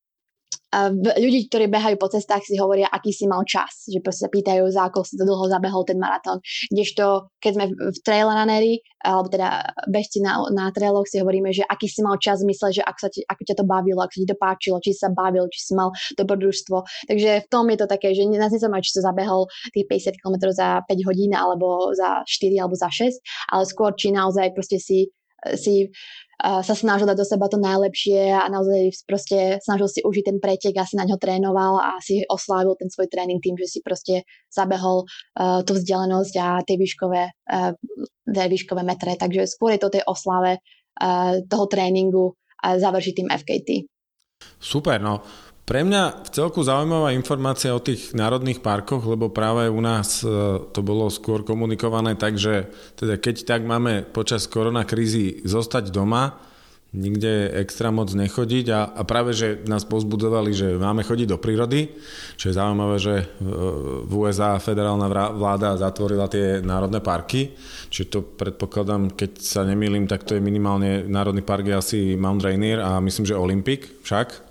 ľudí, ktorí behajú po cestách, si hovoria, aký si mal čas. Že proste sa pýtajú, za ako si to dlho zabehol ten maratón. Kdežto, keď sme v trailruneri, alebo teda bežci na, na trailoch, si hovoríme, že aký si mal čas mysleť, že ako, sa ti, ako ťa to bavilo, ako sa ti to páčilo, či si sa bavil, či si mal dobrodružstvo. Takže v tom je to také, že nás nezaujíma, či sa zabehol tých päťdesiat kilometrov za päť hodín, alebo za štyri, alebo za šesť, ale skôr, či naozaj proste si, si Uh, sa snažil dať do seba to najlepšie a naozaj proste snažil si užiť ten pretek a si na ňo trénoval a si oslávil ten svoj tréning tým, že si proste zabehol uh, tú vzdialenosť a tie výškové, uh, tie výškové metre. Takže skôr je to tej oslave uh, toho tréningu a završiť tým ef ká té. Super, no. Pre mňa v celku zaujímavá informácia o tých národných parkoch, lebo práve u nás to bolo skôr komunikované tak, že teda keď tak máme počas koronakrízy zostať doma, nikde extra moc nechodiť a, a práve, že nás pozbudzovali, že máme chodiť do prírody, čo je zaujímavé, že v ú es á federálna vláda zatvorila tie národné parky, čiže to predpokladám, keď sa nemýlim, tak to je minimálne národný park je asi Mount Rainier a myslím, že Olympic však.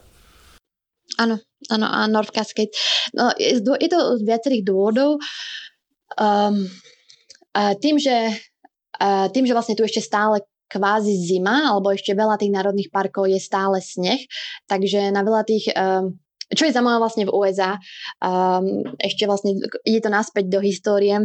Áno, áno, a North Cascade. No, je, je to z viacerých dôvodov. Um, a tým, že, a tým, že vlastne tu ešte stále kvázi zima, alebo ešte veľa tých národných parkov je stále sneh, takže na veľa tých, um, čo je zaujímavé vlastne v ú es á, um, ešte vlastne ide to naspäť do histórie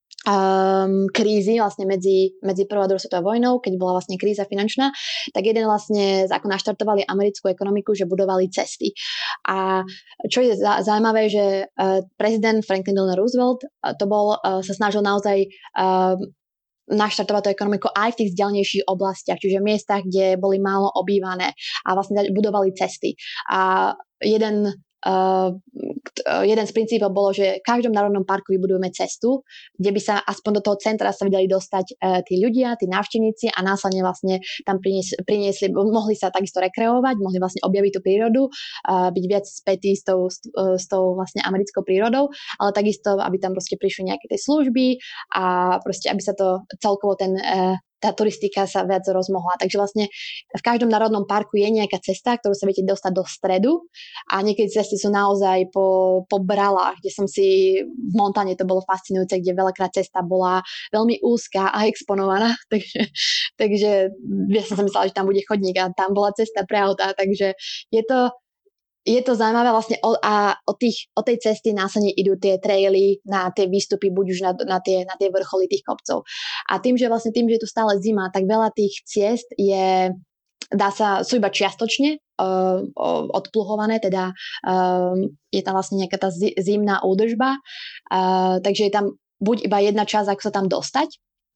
Um, krízy vlastne medzi, medzi prvou a druhou svetovou vojnou, keď bola vlastne kríza finančná, tak jeden vlastne, ako naštartovali americkú ekonomiku, že budovali cesty. A čo je zaujímavé, že uh, prezident Franklin Delano Roosevelt uh, to bol, uh, sa snažil naozaj uh, naštartovať tú ekonomiku aj v tých vzdialenejších oblastiach, čiže v miestach, kde boli málo obývané a vlastne budovali cesty. A jeden uh, jeden z princípov bolo, že v každom národnom parku vybudujeme cestu, kde by sa aspoň do toho centra sa vedeli dostať uh, tí ľudia, tí návštevníci a následne vlastne tam prinies, priniesli, mohli sa takisto rekreovať, mohli vlastne objaviť tú prírodu, uh, byť viac spätí s tou, s, uh, s tou vlastne americkou prírodou, ale takisto, aby tam proste prišli nejaké tie služby a proste, aby sa to celkovo ten uh, tá turistika sa viac rozmohla. Takže vlastne v každom národnom parku je nejaká cesta, ktorú sa viete dostať do stredu a niekedy cesty sú naozaj po, po bralách, kde som si v Montane to bolo fascinujúce, kde veľakrát cesta bola veľmi úzká a exponovaná, takže, takže ja som sa myslela, že tam bude chodník a tam bola cesta pre autá, takže je to Je to zaujímavé vlastne o, a o, tých, o tej cesty následne idú tie traily na tie výstupy, buď už na, na, tie, na tie vrcholy tých kopcov. A tým, že vlastne tým, že je tu stále zima, tak veľa tých ciest je, dá sa, sú iba čiastočne uh, odpluhované, teda uh, je tam vlastne nejaká tá zimná údržba, uh, takže je tam buď iba jedna časť, ako sa tam dostať,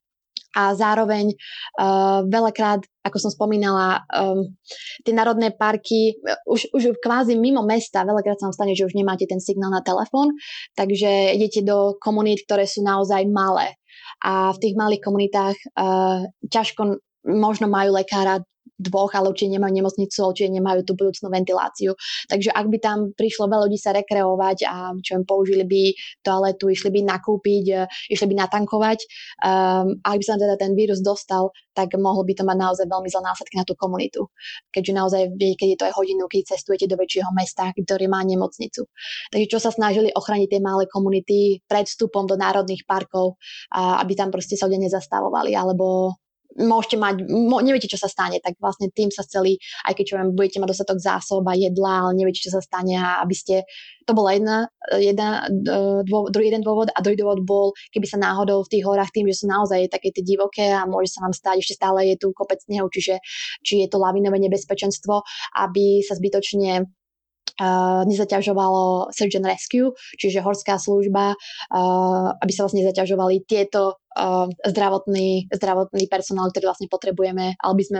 a zároveň uh, veľakrát, ako som spomínala, um, tie národné parky, už, už kvázi mimo mesta, veľakrát sa vám stane, že už nemáte ten signál na telefón, takže idete do komunít, ktoré sú naozaj malé. A v tých malých komunitách uh, ťažko možno majú lekára dvoch, ale určite nemajú nemocnicu, určite nemajú tú budúcnú ventiláciu. Takže ak by tam prišlo veľa ľudí sa rekreovať a čo im použili by toaletu, išli by nakúpiť, išli by natankovať, um, ak by sa teda ten vírus dostal, tak mohol by to mať naozaj veľmi zlé následky na tú komunitu. Keďže naozaj viete, keď je to aj hodinu, keď cestujete do väčšieho mesta, ktorý má nemocnicu. Takže čo sa snažili ochrániť tie malé komunity pred vstupom do národných parkov, a aby tam proste sa ľudia nezastavovali, alebo môžete mať, mo, neviete, čo sa stane, tak vlastne tým sa chceli, aj keď čo viem, budete mať dostatok zásob a jedla, ale neviete, čo sa stane, a aby ste, to bola jedna, jedna dô, druhý jeden dôvod, a druhý dôvod bol, keby sa náhodou v tých horách, tým, že sú naozaj také tie divoké a môže sa vám stať, ešte stále je tu kopec snehu, čiže či je to lavinové nebezpečenstvo, aby sa zbytočne Uh, nezaťažovalo Search and Rescue, čiže horská služba, uh, aby sa vlastne nezaťažovali tieto uh, zdravotný, zdravotný personál, ktorý vlastne potrebujeme, alebo by sme,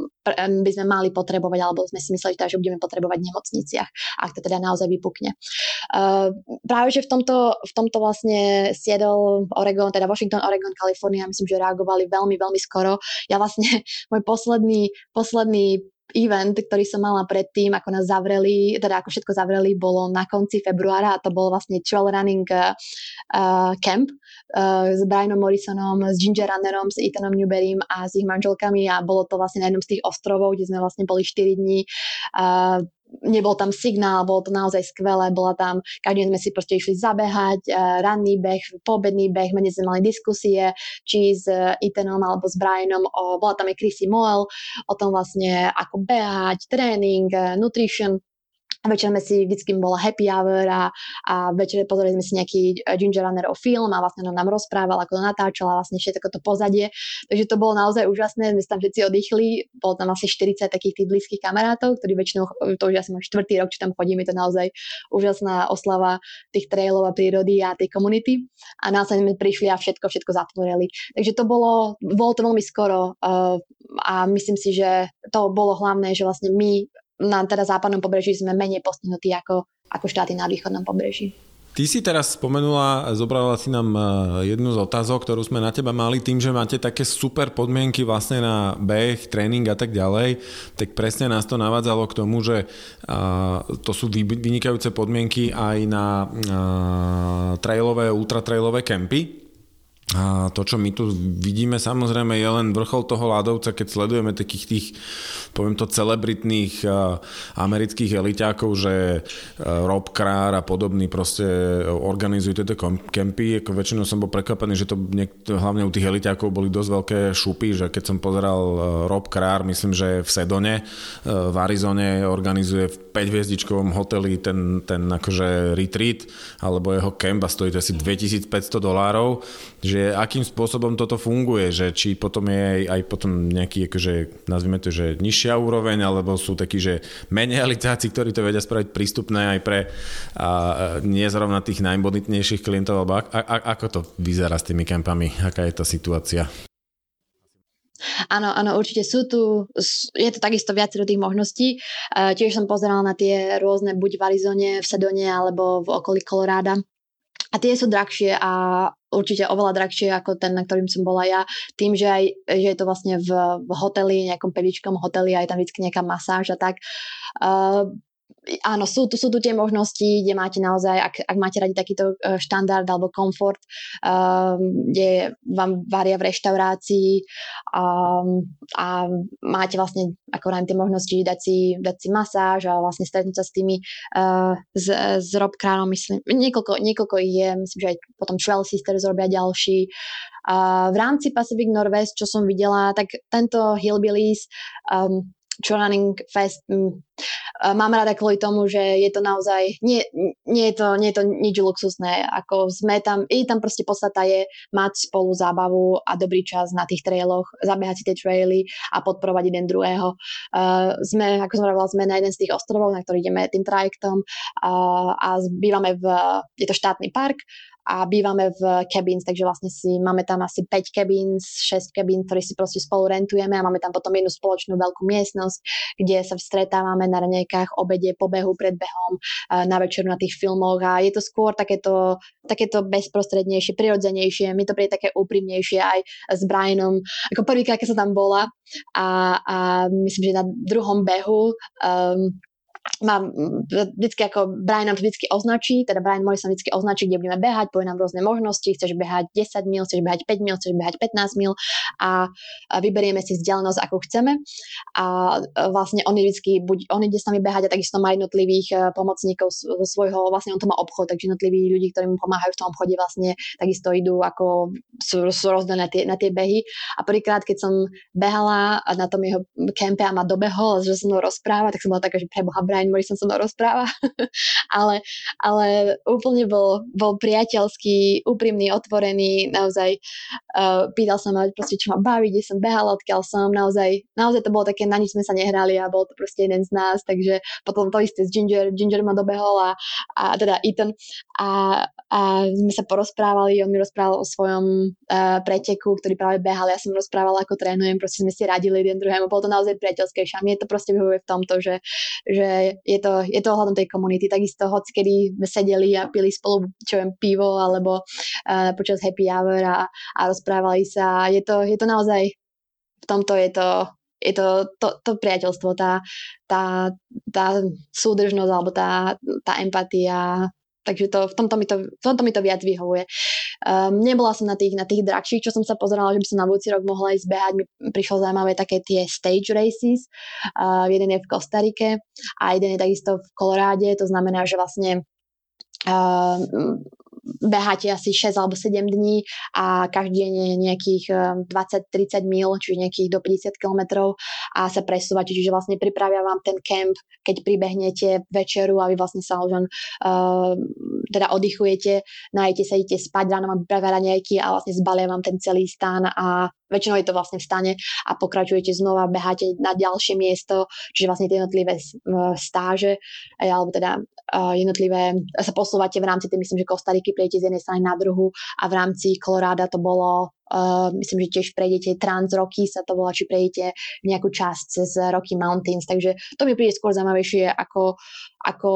by sme mali potrebovať, alebo sme si mysleli, že budeme potrebovať v nemocniciach, ak to teda naozaj vypukne. Uh, práve, že v tomto, v tomto vlastne Seattle, Oregon, teda Washington, Oregon, Kalifornia, myslím, že reagovali veľmi, veľmi skoro. Ja vlastne, môj posledný, posledný event, ktorý som mala predtým, ako nás zavreli, teda ako všetko zavreli, bolo na konci februára, a to bol vlastne trail running uh, camp uh, s Brianom Morrisonom, s Ginger Runnerom, s Ethanom Newberrym a s ich manželkami, a bolo to vlastne na jednom z tých ostrovov, kde sme vlastne boli štyri dní. Uh, nebol tam signál, bolo to naozaj skvelé, bola tam, každý deň sme si proste išli zabehať, uh, ranný beh, poobedný beh, medzi sme mali diskusie, či s uh, Ethanom alebo s Brianom, o, bola tam aj Chrissy Moel, o tom vlastne ako behať, tréning, uh, nutrition. Večer sme si, vždycky bola happy hour a, a večer pozreli sme si nejaký Ginger Runnerov film a vlastne on nám rozprával, ako to natáčala, vlastne všetko to pozadie. Takže to bolo naozaj úžasné, my sme tam všetci oddychli, bolo tam asi štyridsať takých tých blízkych kamarátov, ktorí väčšinou, to už asi môj štvrtý rok, čo tam chodím, je to naozaj úžasná oslava tých trailov a prírody a tej komunity. A následne sme prišli a všetko, všetko zatvorili. Takže to bolo, bolo to veľmi skoro uh, a myslím si, že to bolo hlavné, že vlastne my na teda západnom pobreží sme menej postihnutí ako, ako štáty na východnom pobreží. Ty si teraz spomenula, zobrala si nám jednu z otázok, ktorú sme na teba mali, tým, že máte také super podmienky vlastne na beh, tréning a tak ďalej, tak presne nás to navádzalo k tomu, že uh, to sú vynikajúce podmienky aj na uh, trailové, ultratrailové kempy. A to, čo my tu vidíme, samozrejme je len vrchol toho ľadovca, keď sledujeme takých tých, poviem to, celebritných uh, amerických eliťákov, že uh, Rob Krár a podobní proste organizujú tieto kempy. Ako väčšinou som bol prekvapený, že to niek- hlavne u tých eliťákov boli dosť veľké šupy, že keď som pozeral uh, Rob Krár, myslím, že v Sedone, uh, v Arizone organizuje v päťhviezdičkovom hoteli ten, ten akože retreat, alebo jeho kemp, a stojí to asi dvetisícpäťsto dolárov, že akým spôsobom toto funguje, že či potom je aj, aj potom nejaký, akože, nazvime to, že nižšia úroveň, alebo sú takí, že menej elitáci, ktorí to vedia spraviť prístupné aj pre a, nie zrovna tých najbonitnejších klientov, alebo a, a, ako to vyzerá s tými kempami, aká je tá situácia? Áno, áno, určite sú tu, je to takisto viacero tých možností. Tiež som pozerala na tie rôzne buď v Arizone, v Sedone alebo v okolí Koloráda. A tie sú drahšie a určite oveľa drahšie ako ten, na ktorým som bola ja. Tým, že, aj, že je to vlastne v, v hoteli, nejakom pedičkom hoteli a je tam vždy nejaká masáž a tak. Uh, Áno, sú tu, sú tu tie možnosti, kde máte naozaj, ak, ak máte radi takýto štandard alebo komfort, um, kde vám varia v reštaurácii um, a máte vlastne ako rád tie možnosti dať si, dať si masáž a vlastne stretnúť sa s tými uh, z, z Rob Kránom, myslím, niekoľko, niekoľko ich je, myslím, že aj potom Travel Sisters robia ďalší. Uh, v rámci Pacific Northwest, čo som videla, tak tento Hillbillies um, Running Fest m, mám rada kvôli tomu, že je to naozaj nie, nie, je to, nie je to nič luxusné, ako sme tam, i tam proste podstata je mať spolu zábavu a dobrý čas na tých trailoch, zabehať si tie traily a podporovať jeden druhého. Uh, sme, ako som hovorila, sme na jeden z tých ostrovov, na ktorý ideme tým trajektom uh, a bývame v, je to štátny park a bývame v cabins, takže vlastne si máme tam asi päť cabins, šesť cabins, ktoré si proste spolu rentujeme a máme tam potom jednu spoločnú veľkú miestnosť, kde sa stretávame na raňajkách, obede, pobehu, pred behom, na večeru na tých filmoch a je to skôr takéto, takéto bezprostrednejšie, prirodzenejšie, mi to príde také úprimnejšie aj s Brianom. Ako prvýkrát, keď som tam bola a, a myslím, že na druhom behu um, mám vždycky ako Brian nám to vždycky označí, teda Brian Morrison vždycky označí, kde budeme behať, povie nám rôzne možnosti, chceš behať desať mil, chceš behať päť mil, chceš behať pätnásť mil a, a vyberieme si vzdialenosť, ako chceme a vlastne on je vždycky, buď on ide s nami behať a takisto má jednotlivých pomocníkov zo svojho, vlastne on to má obchod, takže jednotliví ľudí, ktorí mu pomáhajú v tom obchode vlastne takisto idú ako sú, sú rozdelené na tie, na tie behy a prvýkrát, keď som behala na tom jeho kempe a ma dobehol, že som mnou rozpráva, tak som bola taká, že preboha Brian Morrison so mnou rozpráva, ale, ale úplne bol, bol priateľský, úprimný, otvorený, naozaj uh, pýtal sa ma proste, čo ma baví, kde som behala, odkiaľ som, naozaj, naozaj to bolo také, na nič sme sa nehrali a bol to proste jeden z nás, takže potom to isté s Ginger, Ginger ma dobehol a, a teda Ethan a, a sme sa porozprávali, on mi rozprával o svojom uh, preteku, ktorý práve behal, ja som rozprávala, ako trénujem, proste sme si radili jeden druhému, bolo to naozaj priateľskejšie a mne to proste vyhovuje v tomto, že, že je to, je to ohľadom tej komunity. Takisto hoci kedy sme sedeli a pili spolu, čo viem, pivo alebo uh, počas happy hour a, a rozprávali sa. Je to, je to naozaj, v tomto je to, je to, to, to priateľstvo, tá, tá, tá súdržnosť alebo tá, tá empatia. Takže to, v, tomto mi to, v tomto mi to viac vyhovuje. Um, nebola som na tých, na tých drahších, čo som sa pozerala, že by som na budúci rok mohla ísť behať. Mi prišlo zaujímavé také tie stage races. Uh, jeden je v Kostarike a jeden je takisto v Koloráde. To znamená, že vlastne uh, beháte asi šesť alebo sedem dní a každý deň je nejakých dvadsať tridsať mil, čiže nejakých do päťdesiat kilometrov a sa presúvate, čiže vlastne pripravia vám ten kemp, keď pribehnete večeru a vy vlastne sa už uh, teda oddychujete, najete sa, idete spať, ráno vám pripravia raňajky a vlastne zbalia vám ten celý stán a väčšinou je to vlastne v stane a pokračujete znova, beháte na ďalšie miesto, čiže vlastne tie jednotlivé stáže alebo teda jednotlivé sa posúvate v rámci, myslím, že Kostariky prejdete z jednej strany na druhu a v rámci Koloráda to bolo, uh, myslím, že tiež prejdete Trans Rocky sa to volá, či prejdete nejakú časť cez Rocky Mountains, takže to mi príde skôr zaujímavejšie ako, ako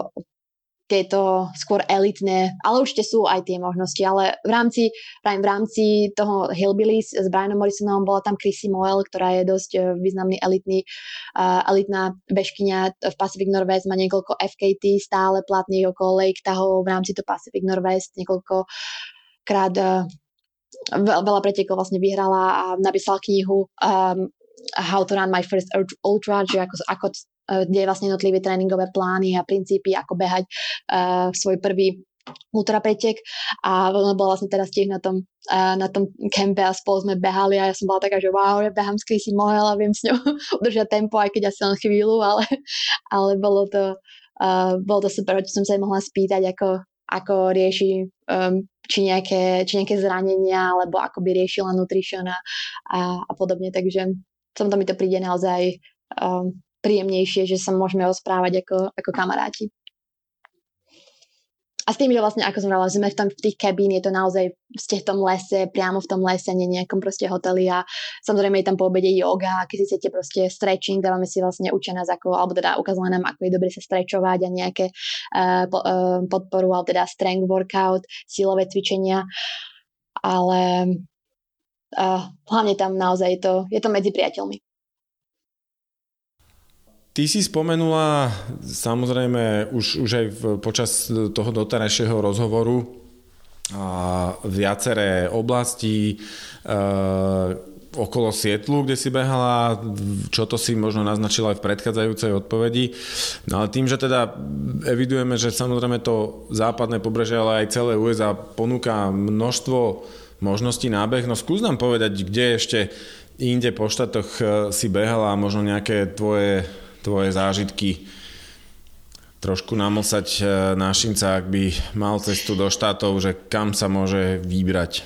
tieto skôr elitné, ale určite sú aj tie možnosti, ale v rámci, v rámci toho Hillbillies s Brianom Morrisonom bola tam Chrissy Moelle, ktorá je dosť významný elitný, uh, elitná bežkyňa v Pacific Northwest, má niekoľko F K T stále platných okolo Lake Tahoe v rámci to Pacific Northwest, niekoľko krát uh, veľa pretekov vlastne vyhrala a napísala knihu um, How to Run My First Ultra, že ako, ako kde je vlastne jednotlivé tréningové plány a princípy, ako behať uh, svoj prvý ultrapretek a ona bola vlastne teraz tiež na tom, uh, na tom kempe a spolu sme behali a ja som bola taká, že wow, ja behám s Chrissy Moelle a viem s ňou udržať tempo, aj keď asi len chvíľu, ale, ale bolo to uh, bolo to super, že som sa jej mohla spýtať, ako, ako rieši um, či nejaké, či nejaké zranenia, alebo ako by riešila nutrition a, a, a podobne, takže som to mi to príde naozaj um, príjemnejšie, že sa môžeme rozprávať ako, ako kamaráti. A a s tým, že vlastne ako som hovorila, sme v, tom, v tých kabín, je to naozaj ste v tom lese, priamo v tom lese, nie nejakom proste hoteli a samozrejme je tam po obede yoga, keď si chcete proste stretching, dávame si vlastne učia nás ako, alebo teda ukazuje nám, ako je dobre sa strečovať a nejaké uh, po, uh, podporu, alebo teda strength workout, silové cvičenia, ale uh, hlavne tam naozaj je to, je to medzi priateľmi. Ty si spomenula samozrejme už, už aj v, počas toho doterajšieho rozhovoru a viaceré oblasti e, okolo Sietlu, kde si behala, čo to si možno naznačila aj v predchádzajúcej odpovedi. No ale tým, že teda evidujeme, že samozrejme to západné pobrežie, ale aj celé ú es á ponúka množstvo možností nábeh, no skús nám povedať, kde ešte inde po štátoch si behala a možno nejaké tvoje tvoje zážitky trošku namlsať nášinca, ak by mal cestu do štátov, že kam sa môže vybrať?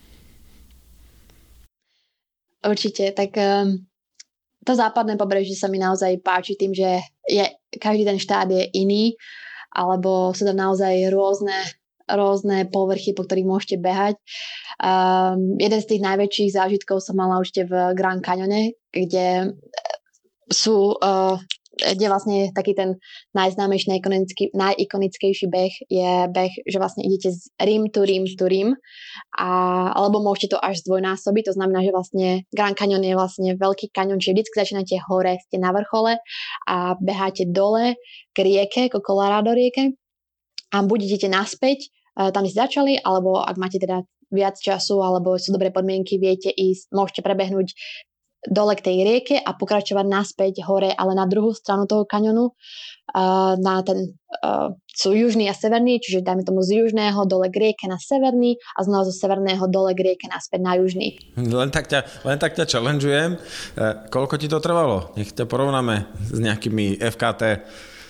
Určite, tak um, to západné pobrežie sa mi naozaj páči tým, že je, každý ten štát je iný, alebo sú tam naozaj rôzne, rôzne povrchy, po ktorých môžete behať. Um, jeden z tých najväčších zážitkov som mala určite v Grand Canyone, kde sú, uh, kde vlastne taký ten najznámejší, najikonický, najikonickejší beh je beh, že vlastne idete z Rím to Rím to Rím, a, alebo môžete to až zdvojnásobiť, to znamená, že vlastne Grand Canyon je vlastne veľký kaňon, čiže vždy začínate hore, ste na vrchole a beháte dole k rieke, k Colorado rieke a buď idete naspäť, uh, tam ste začali, alebo ak máte teda viac času, alebo sú dobré podmienky, viete ísť, môžete prebehnúť dole k tej rieke a pokračovať naspäť hore, ale na druhú stranu toho kaňonu, uh, na ten, uh, sú južný a severný, čiže dajme tomu z južného dole k rieke na severný a znova zo severného dole k rieke naspäť na južný. Len tak ťa, len tak ťa challengeujem. Uh, koľko ti to trvalo? Nech ťa porovnáme s nejakými ef ká té.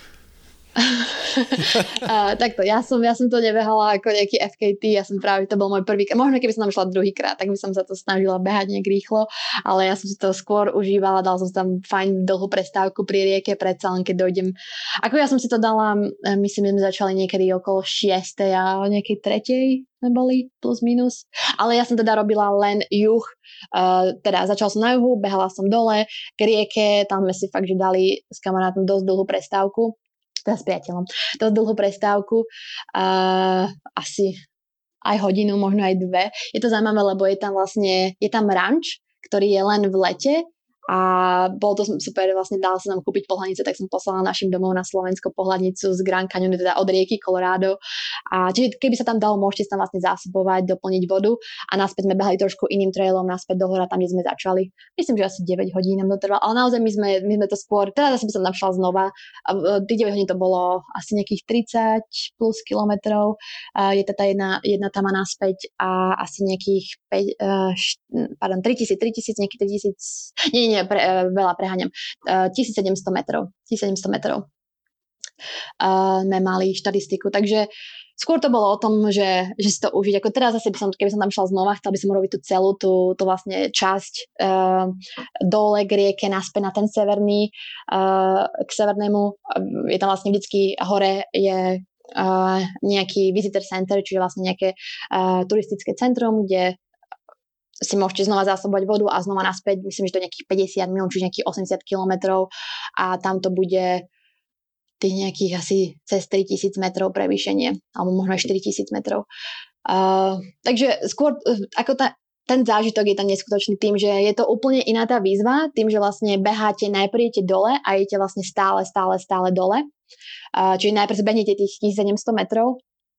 uh, takto, ja som, ja som to nebehala ako nejaký ef ká té, ja som práve, to bol môj prvý, možno keby som tam šla druhýkrát, tak by som sa to snažila behať nejak rýchlo, ale ja som si to skôr užívala, dal som tam fajn dlhú prestávku pri rieke, predsa len keď dojdem, ako ja som si to dala, myslím, že sme začali niekedy okolo šiestej a nejakej tretej neboli, plus minus, ale ja som teda robila len juh, uh, teda začala som na juhu, behala som dole k rieke, tam sme si fakt, že dali s kamarátom dosť dlhú prestávku, teda s priateľom, dosť dlhú prestávku, uh, asi aj hodinu, možno aj dve. Je to zaujímavé, lebo je tam vlastne, je tam ranč, ktorý je len v lete a bolo to super, vlastne dala sa nám kúpiť pohľadnice, tak som poslala našim domov na Slovensko pohľadnicu z Grand Canyonu, teda od rieky Colorado. A čiže keby sa tam dalo, môžete sa tam vlastne zásobovať, doplniť vodu a naspäť sme behali trošku iným trailom, naspäť do hora, tam, kde sme začali. Myslím, že asi deväť hodín nám to trvalo, ale naozaj my sme, my sme to skôr, teda zase by som tam šla znova. Tých deväť hodín to bolo asi nejakých tridsať plus kilometrov. Je to tá jedna, jedna tam a naspäť a asi nejakých päť, pardon, tritisíc, tritisíc, nejakých tritisíc, nie, nie, pre, veľa preháňam, uh, tisícsedemsto metrov, tisícsedemsto metrov uh, sme mali štatistiku, takže skôr to bolo o tom, že, že si to užiť, ako teraz zase by som, keby som tam šla znova, chcel by som robiť tú celú, tú, tú vlastne časť uh, dole k rieke, naspäť na ten severný, uh, k severnému, je tam vlastne vždycky hore je uh, nejaký visitor center, čiže vlastne nejaké uh, turistické centrum, kde si môžete znova zásobovať vodu a znova naspäť, myslím, že to je nejakých päťdesiat minút, čiže nejakých osemdesiat kilometrov a tam to bude tých nejakých asi cez tritisíc metrov prevýšenie, alebo možno aj štyritisíc metrov. Uh, takže skôr, ako tá, ten zážitok je tam neskutočný tým, že je to úplne iná tá výzva, tým, že vlastne beháte, najprv idete dole a idete vlastne stále, stále, stále dole. Uh, čiže najprv zbehnete tých tisícsedemsto metrov,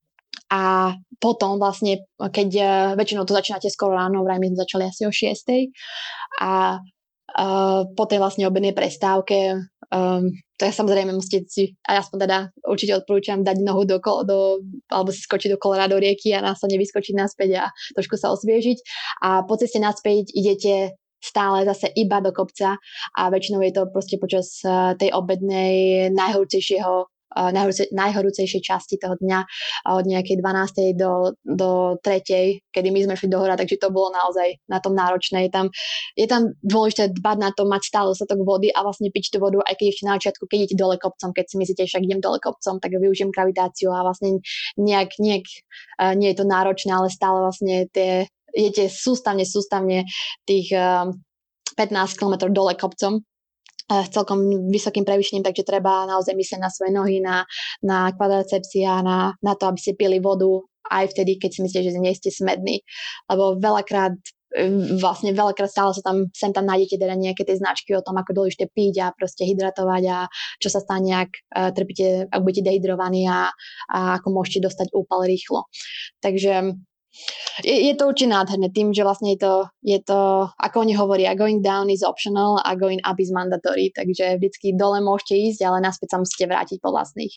a potom vlastne, keď uh, väčšinou to začínate skoro ráno, vraj my sme začali asi o šiestej a uh, po tej vlastne obednej prestávke, um, to je samozrejme musíte si, a aspoň teda určite odporúčam dať nohu do, do alebo si skočiť do Colorado rieky a následne vyskočiť naspäť a trošku sa osviežiť a po ceste naspäť idete stále zase iba do kopca a väčšinou je to proste počas uh, tej obednej najhorúcejšieho najhorúce, najhorúcejšej časti toho dňa od nejakej dvanástej do, do tretej, kedy my sme šli do hora, takže to bolo naozaj na tom náročné. Je tam, je tam dôležité dbať na to, mať stále dostatok vody a vlastne piť tú vodu, aj keď ešte na začiatku, keď idete dole kopcom, keď si myslíte, že idem dole kopcom, tak využijem gravitáciu a vlastne nejak, nejak uh, nie je to náročné, ale stále vlastne tie, idete sústavne, sústavne tých uh, pätnásť kilometrov dole kopcom s celkom vysokým prevýšením, takže treba naozaj myslieť na svoje nohy, na, na kvadricepsy a na, na to, aby ste pili vodu aj vtedy, keď si myslíte, že nie ste smední. Lebo veľakrát, vlastne veľakrát stále sa tam, sem tam nájdete teda nejaké tie značky o tom, ako dôležité piť a proste hydratovať a čo sa stane, ak uh, trpíte, ak budete dehydrovaní a, a ako môžete dostať úpal rýchlo. Takže Je, je to určite nádherné tým, že vlastne je to, je to, ako oni hovoria, going down is optional a going up is mandatory, takže vždycky dole môžete ísť, ale naspäť sa musíte vrátiť po vlastných.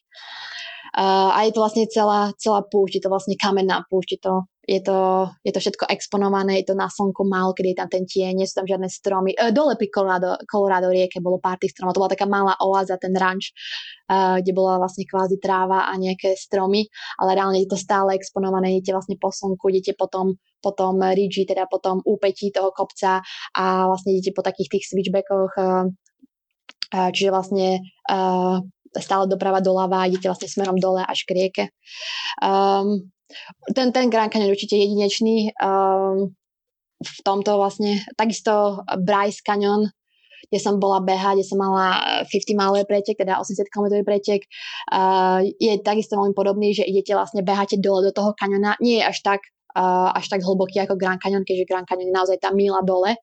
Uh, a je to vlastne celá, celá púšť, je to vlastne kamenná púšť, je to, je to, je to všetko exponované, je to na slnku málo, kedy je tam ten tieň, nie sú tam žiadne stromy. Uh, dole pri Colorado, Colorado rieke bolo pár tých stromov, to bola taká malá oáza, ten ranč, uh, kde bola vlastne kvázi tráva a nejaké stromy, ale reálne je to stále exponované, idete vlastne po slnku, idete potom po tom ridži, teda po tom úpetí toho kopca a vlastne idete po takých tých switchbackoch, uh, uh, čiže vlastne uh, stále doprava doľava, idete vlastne smerom dole až k rieke. Um, ten, ten Grand Canyon určite jedinečný. Um, v tomto vlastne, takisto Bryce Canyon, kde som bola behať, kde som mala päťdesiat milový pretek, teda osemdesiat kilometrový pretek, uh, je takisto veľmi podobný, že idete vlastne, beháte dole do toho kaniona. Nie je až tak, uh, až tak hlboký ako Grand Canyon, keďže Grand Canyon je naozaj tá míľa dole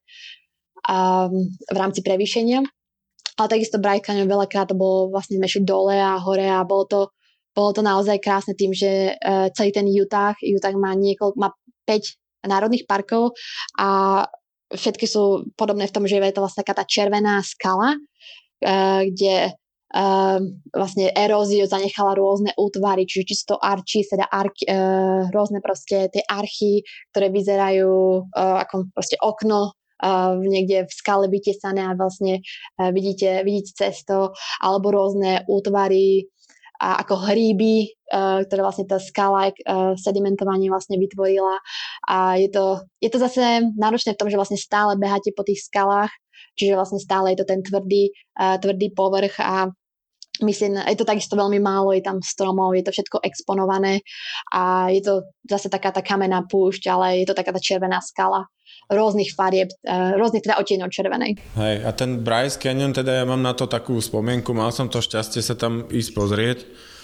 um, v rámci prevýšenia. Ale takisto Bryce Canyon veľakrát to bolo vlastne sme šli dole a hore a bolo to, bolo to naozaj krásne tým, že uh, celý ten Utah, Utah má niekoľko, má päť národných parkov a všetky sú podobné v tom, že je to vlastne taká tá červená skala, uh, kde uh, vlastne eróziu zanechala rôzne útvary, čiže či sú to archy, teda archy, uh, rôzne proste tie archy, ktoré vyzerajú uh, ako proste okno, Uh, niekde v skale vytesané a vlastne uh, vidíte, vidíte cesto, alebo rôzne útvary uh, ako hríby, uh, ktoré vlastne tá skala uh, sedimentovanie vlastne vytvorila. A je to, je to zase náročné v tom, že vlastne stále beháte po tých skalách, čiže vlastne stále je to ten tvrdý, uh, tvrdý povrch a myslím, je to takisto veľmi málo, je tam stromov, je to všetko exponované a je to zase taká tá kamenná púšť, ale je to taká tá červená skala rôznych farieb, rôznych teda odtieňov červenej. Hej, a ten Bryce Canyon, teda ja mám na to takú spomienku, mal som to šťastie sa tam ísť pozrieť.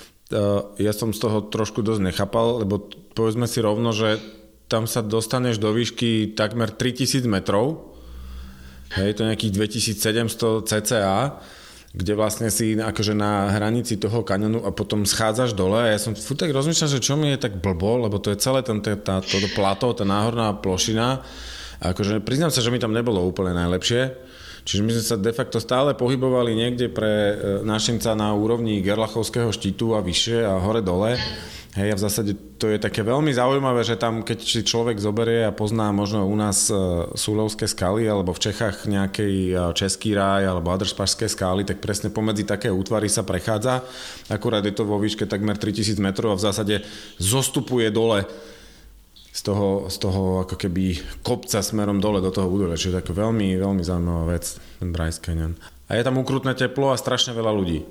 Ja som z toho trošku dosť nechápal, lebo povedzme si rovno, že tam sa dostaneš do výšky takmer tritisíc metrov. Hej, to je nejakých dvetisícsedemsto cca, kde vlastne si akože na hranici toho kanionu a potom schádzaš dole a ja som furt tak rozmýšľal, že čo mi je tak blbo, lebo to je celé ten, tá, toto plato, tá náhorná plošina. A akože priznám sa, že mi tam nebolo úplne najlepšie. Čiže my sme sa de facto stále pohybovali niekde pre Našimca na úrovni Gerlachovského štítu a vyššie a hore-dole. Hej, a v zásade to je také veľmi zaujímavé, že tam, keď si človek zoberie a pozná možno u nás Súľovské skaly alebo v Čechách nejaký Český ráj alebo Adršpašské skály, tak presne pomedzi také útvary sa prechádza. Akurát je to vo výške takmer tritisíc metrov a v zásade zostupuje dole z toho, z toho ako keby kopca smerom dole do toho údolia. Čiže tak veľmi, veľmi zaujímavá vec, ten Bryce Canyon. A je tam ukrutné teplo a strašne veľa ľudí.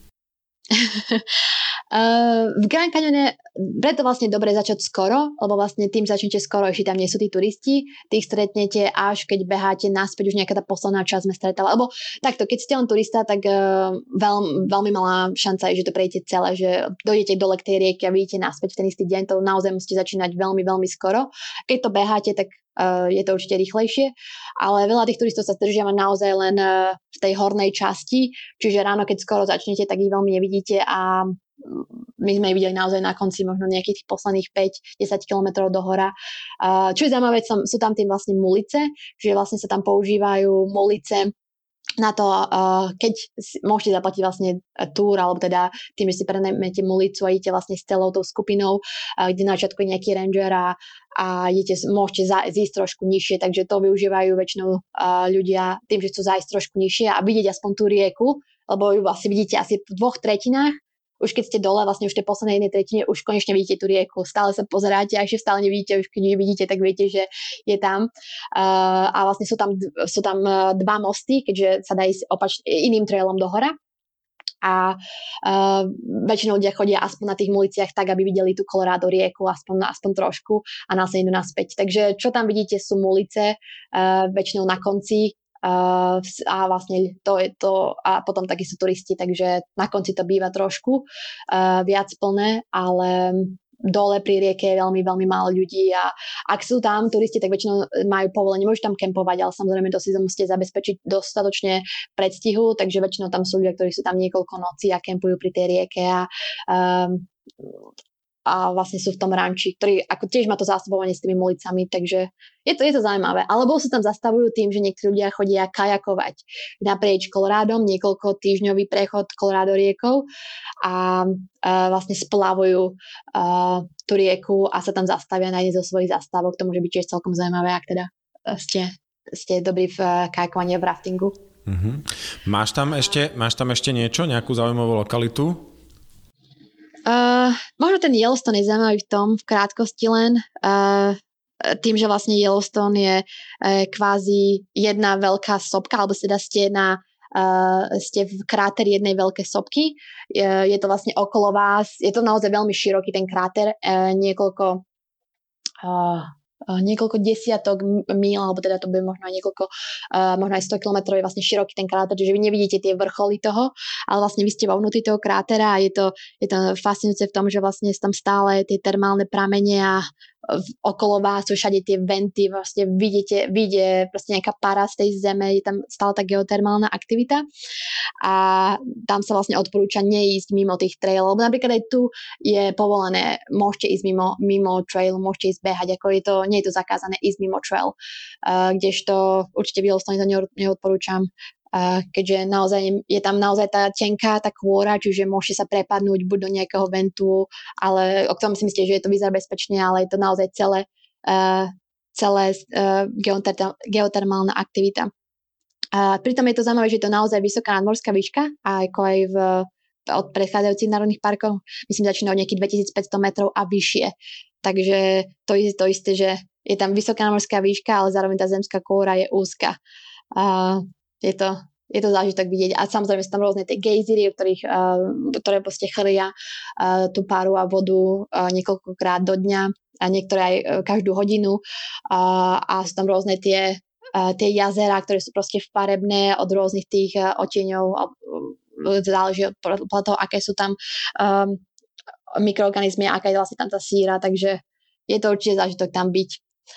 Uh, v Grand Canyone preto vlastne dobre začať skoro, lebo vlastne tým začnete skoro, ešte tam nie sú tí turisti, tých stretnete až keď beháte naspäť, už nejaká tá posledná časť sme stretala, lebo takto, keď ste len turista, tak uh, veľ, veľmi malá šanca je, že to prejdete celé, že dojdete dole k tej rieke a vidíte naspäť v ten istý deň, to naozaj musíte začínať veľmi, veľmi skoro. Keď to beháte, tak uh, je to určite rýchlejšie, ale veľa tých turistov sa zdržiava naozaj len uh, v tej hornej časti, čiže ráno, keď skoro začnete, tak ich veľmi nevidíte a my sme ich videli naozaj na konci možno nejakých tých posledných päť až desať kilometrov do hora. Čo je zaujímavé, sú tam tým vlastne mulice, že vlastne sa tam používajú mulice na to, keď môžete zaplatiť vlastne túr, alebo teda tým, že si prenajmete mulicu a idete vlastne s celou tou skupinou, kde na začiatku je nejaký ranger a, a idete, môžete zísť trošku nižšie, takže to využívajú väčšinou ľudia tým, že chcú zájsť trošku nižšie a vidieť aspoň tú rieku, lebo ju asi vidíte asi v dvoch tretinách už keď ste dole, vlastne už v tej poslednej jednej tretine, už konečne vidíte tú rieku. Stále sa pozeráte a ešte stále nevidíte, už keď ju vidíte, tak viete, že je tam. Uh, a vlastne sú tam, sú tam dva mosty, keďže sa dá ísť opač- iným trailom do hora. A uh, väčšinou ľudia chodia aspoň na tých uliciach tak, aby videli tú Colorado rieku, aspoň, aspoň trošku a následne idú naspäť. Takže čo tam vidíte sú ulice, uh, väčšinou na konci. Uh, a vlastne to je to a potom takisto turisti, takže na konci to býva trošku uh, viac plné, ale dole pri rieke je veľmi, veľmi málo ľudí a ak sú tam turisti, tak väčšinou majú povolenie, môžu tam kempovať, ale samozrejme to si musíte zabezpečiť dostatočne predstihu, takže väčšinou tam sú ľudia, ktorí sú tam niekoľko nocí a kempujú pri tej rieke a um, a vlastne sú v tom ranči, ktorý ako tiež má to zásobovanie s tými ulicami, takže je to, je to zaujímavé. Alebo sa tam zastavujú tým, že niektorí ľudia chodia kajakovať naprieč Colorádom, niekoľko týždňový prechod Colorado riekou a, a vlastne splavujú a, tú rieku a sa tam zastavia na jednej zo svojich zastávok. To môže byť tiež celkom zaujímavé, ak teda ste, ste dobrí v kajakovaní a v raftingu. Mm-hmm. Máš tam ešte, máš tam ešte niečo, nejakú zaujímavú lokalitu? Uh, možno ten Yellowstone je zaujímavý v tom, v krátkosti len, uh, tým, že vlastne Yellowstone je uh, kvázi jedna veľká sopka, alebo teda ste, na, uh, ste v kráteri jednej veľkej sopky. Uh, je to vlastne okolo vás, je to naozaj veľmi široký ten kráter, uh, niekoľko uh, niekoľko desiatok míl, alebo teda to bude možno aj niekoľko, uh, možno aj sto kilometrov je vlastne široký ten kráter, čiže vy nevidíte tie vrcholy toho, ale vlastne vy ste vo vnútri toho krátera a je to, je to fascinujúce v tom, že vlastne sú tam stále tie termálne pramene a okolo vás sú všade tie venty, vlastne vidíte, vidíte proste nejaká para z tej zeme, je tam stále tá geotermálna aktivita a tam sa vlastne odporúča neísť mimo tých trailov, lebo napríklad aj tu je povolené, môžete ísť mimo, mimo trailu, môžete ísť behať, ako je to, nie je to zakázané ísť mimo trail, uh, kdežto určite v Yellowstone to neodporúčam, Uh, keďže naozaj je tam naozaj tá tenká tá kôra, čiže môžete sa prepadnúť buď do nejakého ventu, ale o ktorom si myslíte, že je to vyzerá bezpečne, ale je to naozaj celé, uh, celé uh, geoter- geotermálna aktivita. Uh, pritom je to zaujímavé, že je to naozaj vysoká nadmorská výška, a ako aj v, od predchádzajúcich národných parkov, myslím, začína od nejakých dvetisícpäťsto metrov a vyššie. Takže to je to isté, že je tam vysoká nadmorská výška, ale zároveň tá zemská kôra je úzka. Uh, Je to, je to zážitok vidieť. A samozrejme sú tam rôzne tie gejzíry, ktorých, uh, ktoré proste chrlia uh, tú páru a vodu uh, niekoľkokrát do dňa a niektoré aj uh, každú hodinu. Uh, a sú tam rôzne tie, uh, tie jazera, ktoré sú proste farebné od rôznych tých uh, odtieňov. Uh, záleží od toho, aké sú tam um, mikroorganizmy, aká je vlastne tam tá síra. Takže je to určite zážitok tam byť.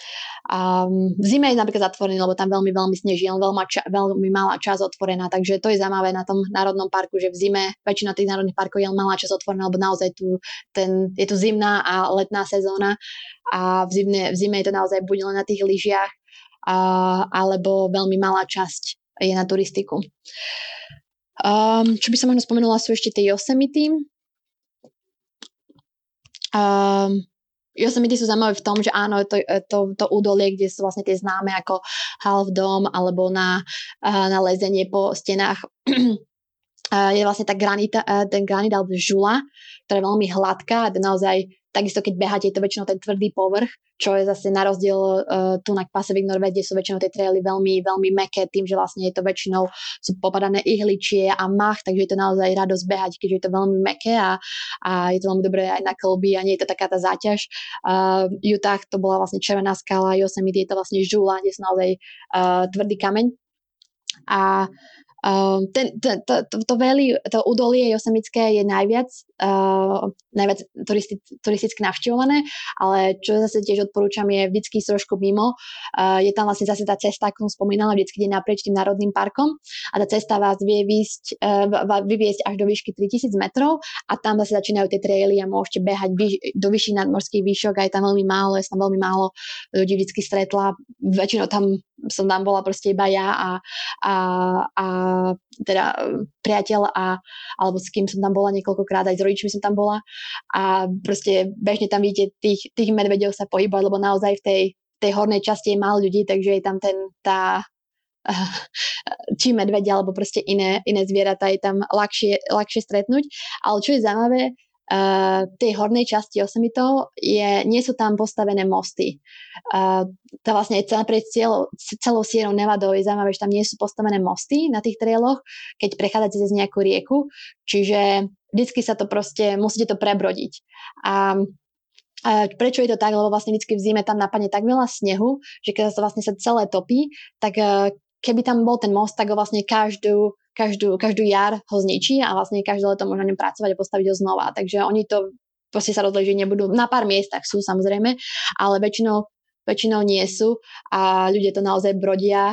Um, v zime je napríklad zatvorený, lebo tam veľmi, veľmi sneží, len veľmi, ča, veľmi malá časť otvorená, takže to je zaujímavé na tom národnom parku, že v zime väčšina tých národných parkov je len malá časť otvorená, lebo naozaj tu, ten, je tu zimná a letná sezóna a v zime, v zime je to naozaj buď len na tých lyžiach a, alebo veľmi malá časť je na turistiku. Um, čo by som možno spomenula, sú ešte tie Yosemite. Um, Yosemite sú zaujímavé v tom, že áno, to, to, to údolie, kde sú vlastne tie známe ako Half Dome alebo na, na lezenie po stenách je vlastne tá granita, ten granit alebo žula, ktorá je veľmi hladká a naozaj takisto keď beháte, je to väčšinou ten tvrdý povrch, čo je zase na rozdiel uh, tu na Pacific Northwest, kde sú väčšinou tie traily veľmi, veľmi mäkké, tým, že vlastne je to väčšinou sú popadané ihličie a mach, takže je to naozaj radosť behať, keďže je to veľmi mäkké a, a je to veľmi dobré aj na kĺby a nie je to taká tá záťaž. Uh, Utah to bola vlastne červená skala, Yosemite je to vlastne žula, kde sú naozaj uh, tvrdý kameň. A Um, ten, to, to, to, to, valley, to údolie Yosemite je najviac, uh, najviac turistic, turisticky navštevované, ale čo zase tiež odporúčam je vždycky trošku mimo. Uh, je tam vlastne zase tá cesta, ako som spomínala, vždycky ide naprieč tým národným parkom a tá cesta vás vie výsť, uh, vyviesť až do výšky tritisíc metrov a tam zase začínajú tie traily a môžete behať vyš, do vyšších nadmorských výšok a je tam veľmi málo, je tam veľmi málo ľudí vždycky stretla. Väčšinou tam som tam bola proste iba ja a, a, a teda priateľ a, alebo s kým som tam bola niekoľkokrát, aj s rodičmi som tam bola a proste bežne tam vidíte tých, tých medveďov sa pohybovať, lebo naozaj v tej, tej hornej časti je málo ľudí, takže je tam ten, tá, či medvedia, alebo proste iné, iné zvieratá je tam ľahšie, ľahšie stretnúť. Ale čo je zaujímavé, Uh, tej hornej časti Yosemitov je, nie sú tam postavené mosty. Uh, to vlastne je naprieč celou, celou Sierrou Nevadou je zaujímavé, že tam nie sú postavené mosty na tých trailoch, keď prechádzate cez nejakú rieku, čiže vždycky sa to proste, musíte to prebrodiť. A uh, prečo je to tak? Lebo vlastne vždycky v zime tam napadne tak veľa snehu, že keď sa vlastne sa celé topí, tak uh, keby tam bol ten most, tak ho vlastne každú Každú, každú jar ho zničí a vlastne každé leto môžu na ňom pracovať a postaviť ho znova. Takže oni to proste sa rozhodli, že nebudú, na pár miestach sú samozrejme, ale väčšinou, väčšinou nie sú a ľudia to naozaj brodia,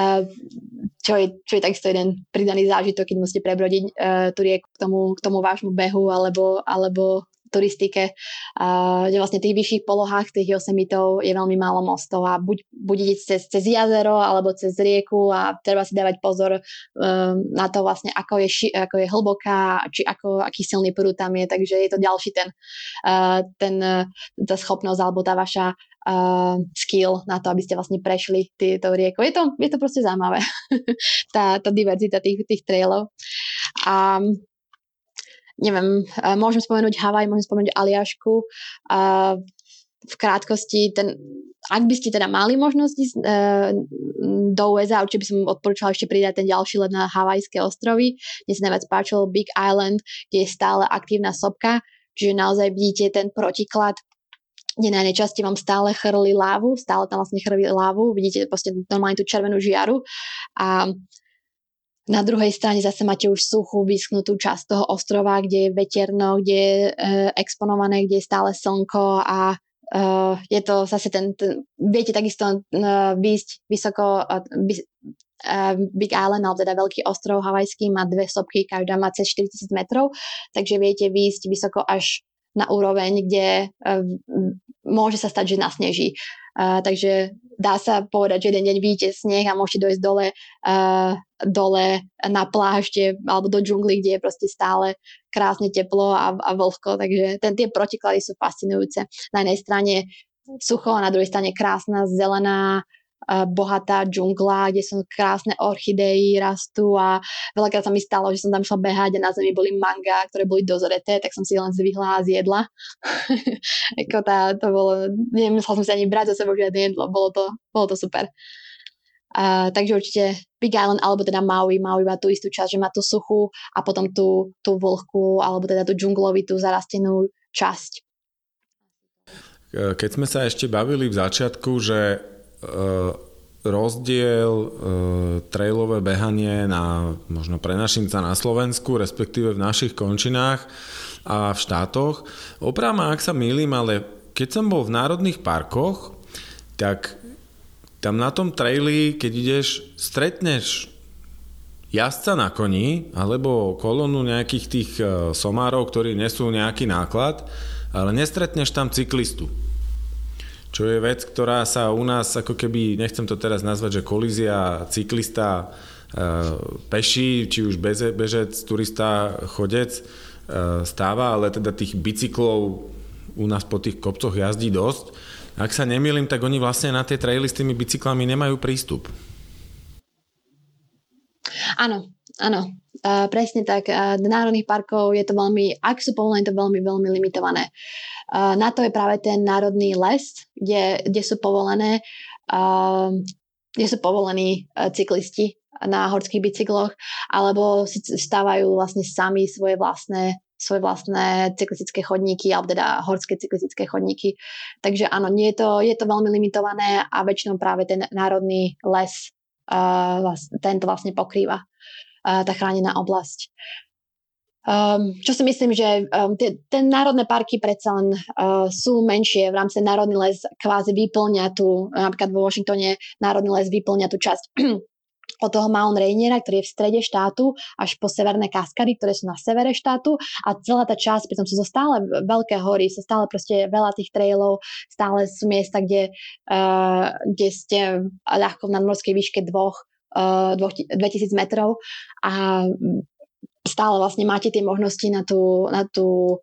čo je, čo je takisto jeden pridaný zážitok, keď musíte prebrodiť tú rieku k tomu, k tomu vášmu behu alebo, alebo turistike, uh, že vlastne v tých vyšších polohách tých Yosemitov je veľmi málo mostov a buď, buď idete cez, cez jazero alebo cez rieku a treba si dávať pozor uh, na to vlastne, ako je, ši, ako je hlboká, či ako, aký silný prúd tam je, takže je to ďalší ten, uh, ten tá schopnosť alebo tá vaša uh, skill na to, aby ste vlastne prešli týto rieku. Je to, je to proste zaujímavé, tá, tá diverzita tých, tých trailov. A neviem, môžem spomenúť Havaj, môžem spomenúť Aliašku. A v krátkosti, ten, ak by ste teda mali možnosť ísť e, do ú es á, určite by som odporúčala ešte pridať ten ďalší let na Havajské ostrovy. Mne sa najviac páčil Big Island, kde je stále aktívna sopka, čiže naozaj vidíte ten protiklad, kde na jednej časti vám stále chrli lávu, stále tam vlastne chrli lávu, vidíte proste normálne tú červenú žiaru a na druhej strane zase máte už suchú, vyschnutú časť toho ostrova, kde je veterno, kde je e, exponované, kde je stále slnko a e, je to zase ten, ten viete takisto e, výjsť vysoko, e, Big Island, alebo teda veľký ostrov havajský, má dve sopky, každá má cez štyritisíc metrov, takže viete výjsť vysoko až na úroveň, kde e, môže sa stať, že nasneží. Uh, takže dá sa povedať, že jeden deň vidíte sneh a môžete dojsť dole, uh, dole na pláž, alebo do džungly, kde je proste stále krásne teplo a, a vlhko, takže ten, tie protiklady sú fascinujúce. Na jednej strane sucho a na druhej strane krásna zelená uh, bohatá džungla, kde sú krásne orchidei, rastú a veľakrát sa mi stalo, že som tam šla behať a na zemi boli manga, ktoré boli dozoreté, tak som si len zvihla a zjedla. Ako tá, to bolo, nemyslela som si ani brať za sebou žiadne jedlo, bolo to, bolo to super. Uh, takže určite Big Island, alebo teda Maui, Maui má tú istú časť, že má tú suchú a potom tú, tú vlhkú, alebo teda tú džunglovitú zarastenú časť. Keď sme sa ešte bavili v začiatku, že uh, rozdiel uh, trailové behanie na možno Prenašimca na Slovensku, respektíve v našich končinách a v štátoch. Oprav ma, ak sa mýlim, ale keď som bol v národných parkoch, tak tam na tom traili, keď ideš, stretneš jazdca na koni alebo kolónu nejakých tých uh, somárov, ktorí nesú nejaký náklad, ale nestretneš tam cyklistu. Čo je vec, ktorá sa u nás, ako keby, nechcem to teraz nazvať, že kolízia cyklista, e, peší, či už beze, bežec, turista, chodec e, stáva, ale teda tých bicyklov u nás po tých kopcoch jazdí dosť. Ak sa nemýlim, tak oni vlastne na tie traily s tými bicyklami nemajú prístup. Áno, áno. Uh, presne tak. Uh, do národných parkov je to veľmi, ak sú povolené, to veľmi, veľmi limitované. Uh, na to je práve ten národný les, kde, kde sú povolené uh, kde sú povolení uh, cyklisti na horských bicykloch, alebo si stávajú vlastne sami svoje vlastné svoje vlastné cyklistické chodníky, alebo teda horské cyklistické chodníky. Takže áno, nie je to, je to veľmi limitované a väčšinou práve ten národný les uh, tento vlastne pokrýva tá chránená oblasť. Um, čo si myslím, že um, tie, tie národné parky predsa len uh, sú menšie. V rámci národný les kvázi vyplňa tú, napríklad vo Washingtone národný les vyplňa tú časť od toho Mount Rainiera, ktorý je v strede štátu, až po severné kaskady, ktoré sú na severe štátu a celá tá časť, pritom sú to stále veľké hory, sú stále proste veľa tých trailov, stále sú miesta, kde, uh, kde ste ľahko v nadmorskej výške dvoch dvetisíc metrov a stále vlastne máte tie možnosti na, tú, na, tú,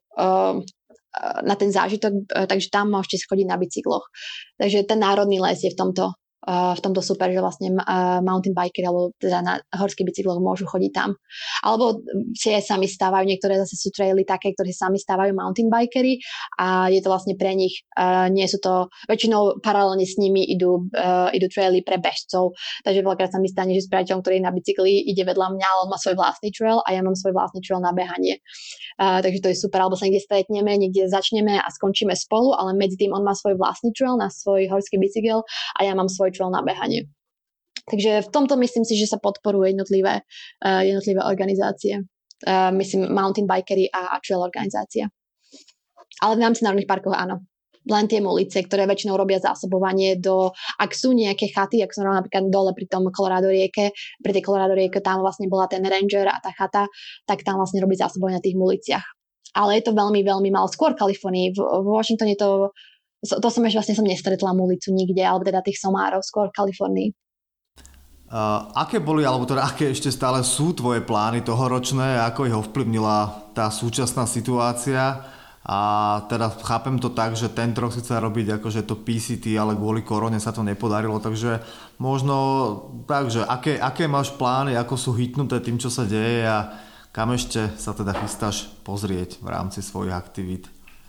na ten zážitok, takže tam môžete schodiť na bicykloch. Takže ten národný les je v tomto v tomto super, že vlastne mountain bikery alebo teda na horských bicykloch môžu chodiť tam. Alebo si aj sami stávajú, niektoré zase sú traily také, ktoré sami stávajú mountain bikery a je to vlastne pre nich, nie sú to, väčšinou paralelne s nimi idú, idú traily pre bežcov, takže veľakrát sa mi stane, že s priateľom, ktorý na bicykli ide vedľa mňa, ale on má svoj vlastný trail a ja mám svoj vlastný trail na behanie. Uh, takže to je super, alebo sa niekde stretneme, niekde začneme a skončíme spolu, ale medzi tým on má svoj vlastný trail na svoj horský bicykel a ja mám svoj trail na behanie. Takže v tomto myslím si, že sa podporujú jednotlivé, uh, jednotlivé organizácie. Uh, myslím mountain bikery a, a trail organizácia. Ale v rámci národných parkov áno. Len tie mulice, ktoré väčšinou robia zásobovanie do, ak sú nejaké chaty, ako som robila napríklad dole pri tom Colorado rieke, pri tej Colorado rieke, tam vlastne bola ten ranger a tá chata, tak tam vlastne robí zásobovanie na tých muliciach. Ale je to veľmi, veľmi málo. Skôr v Kalifornii, v, v Washingtone to, to som ešte vlastne som nestretla mulicu nikde, alebo teda tých somárov, skôr v Kalifornii. Uh, aké boli, alebo teda aké ešte stále sú tvoje plány tohoročné, ako ich ovplyvnila tá súčasná situácia? A teda chápem to tak, že ten rok si chce robiť akože to pé cé té, ale kvôli korone sa to nepodarilo, takže možno takže aké, aké máš plány, ako sú hitnuté tým, čo sa deje a kam ešte sa teda chystáš pozrieť v rámci svojich aktivít?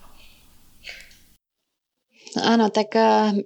Áno, tak uh,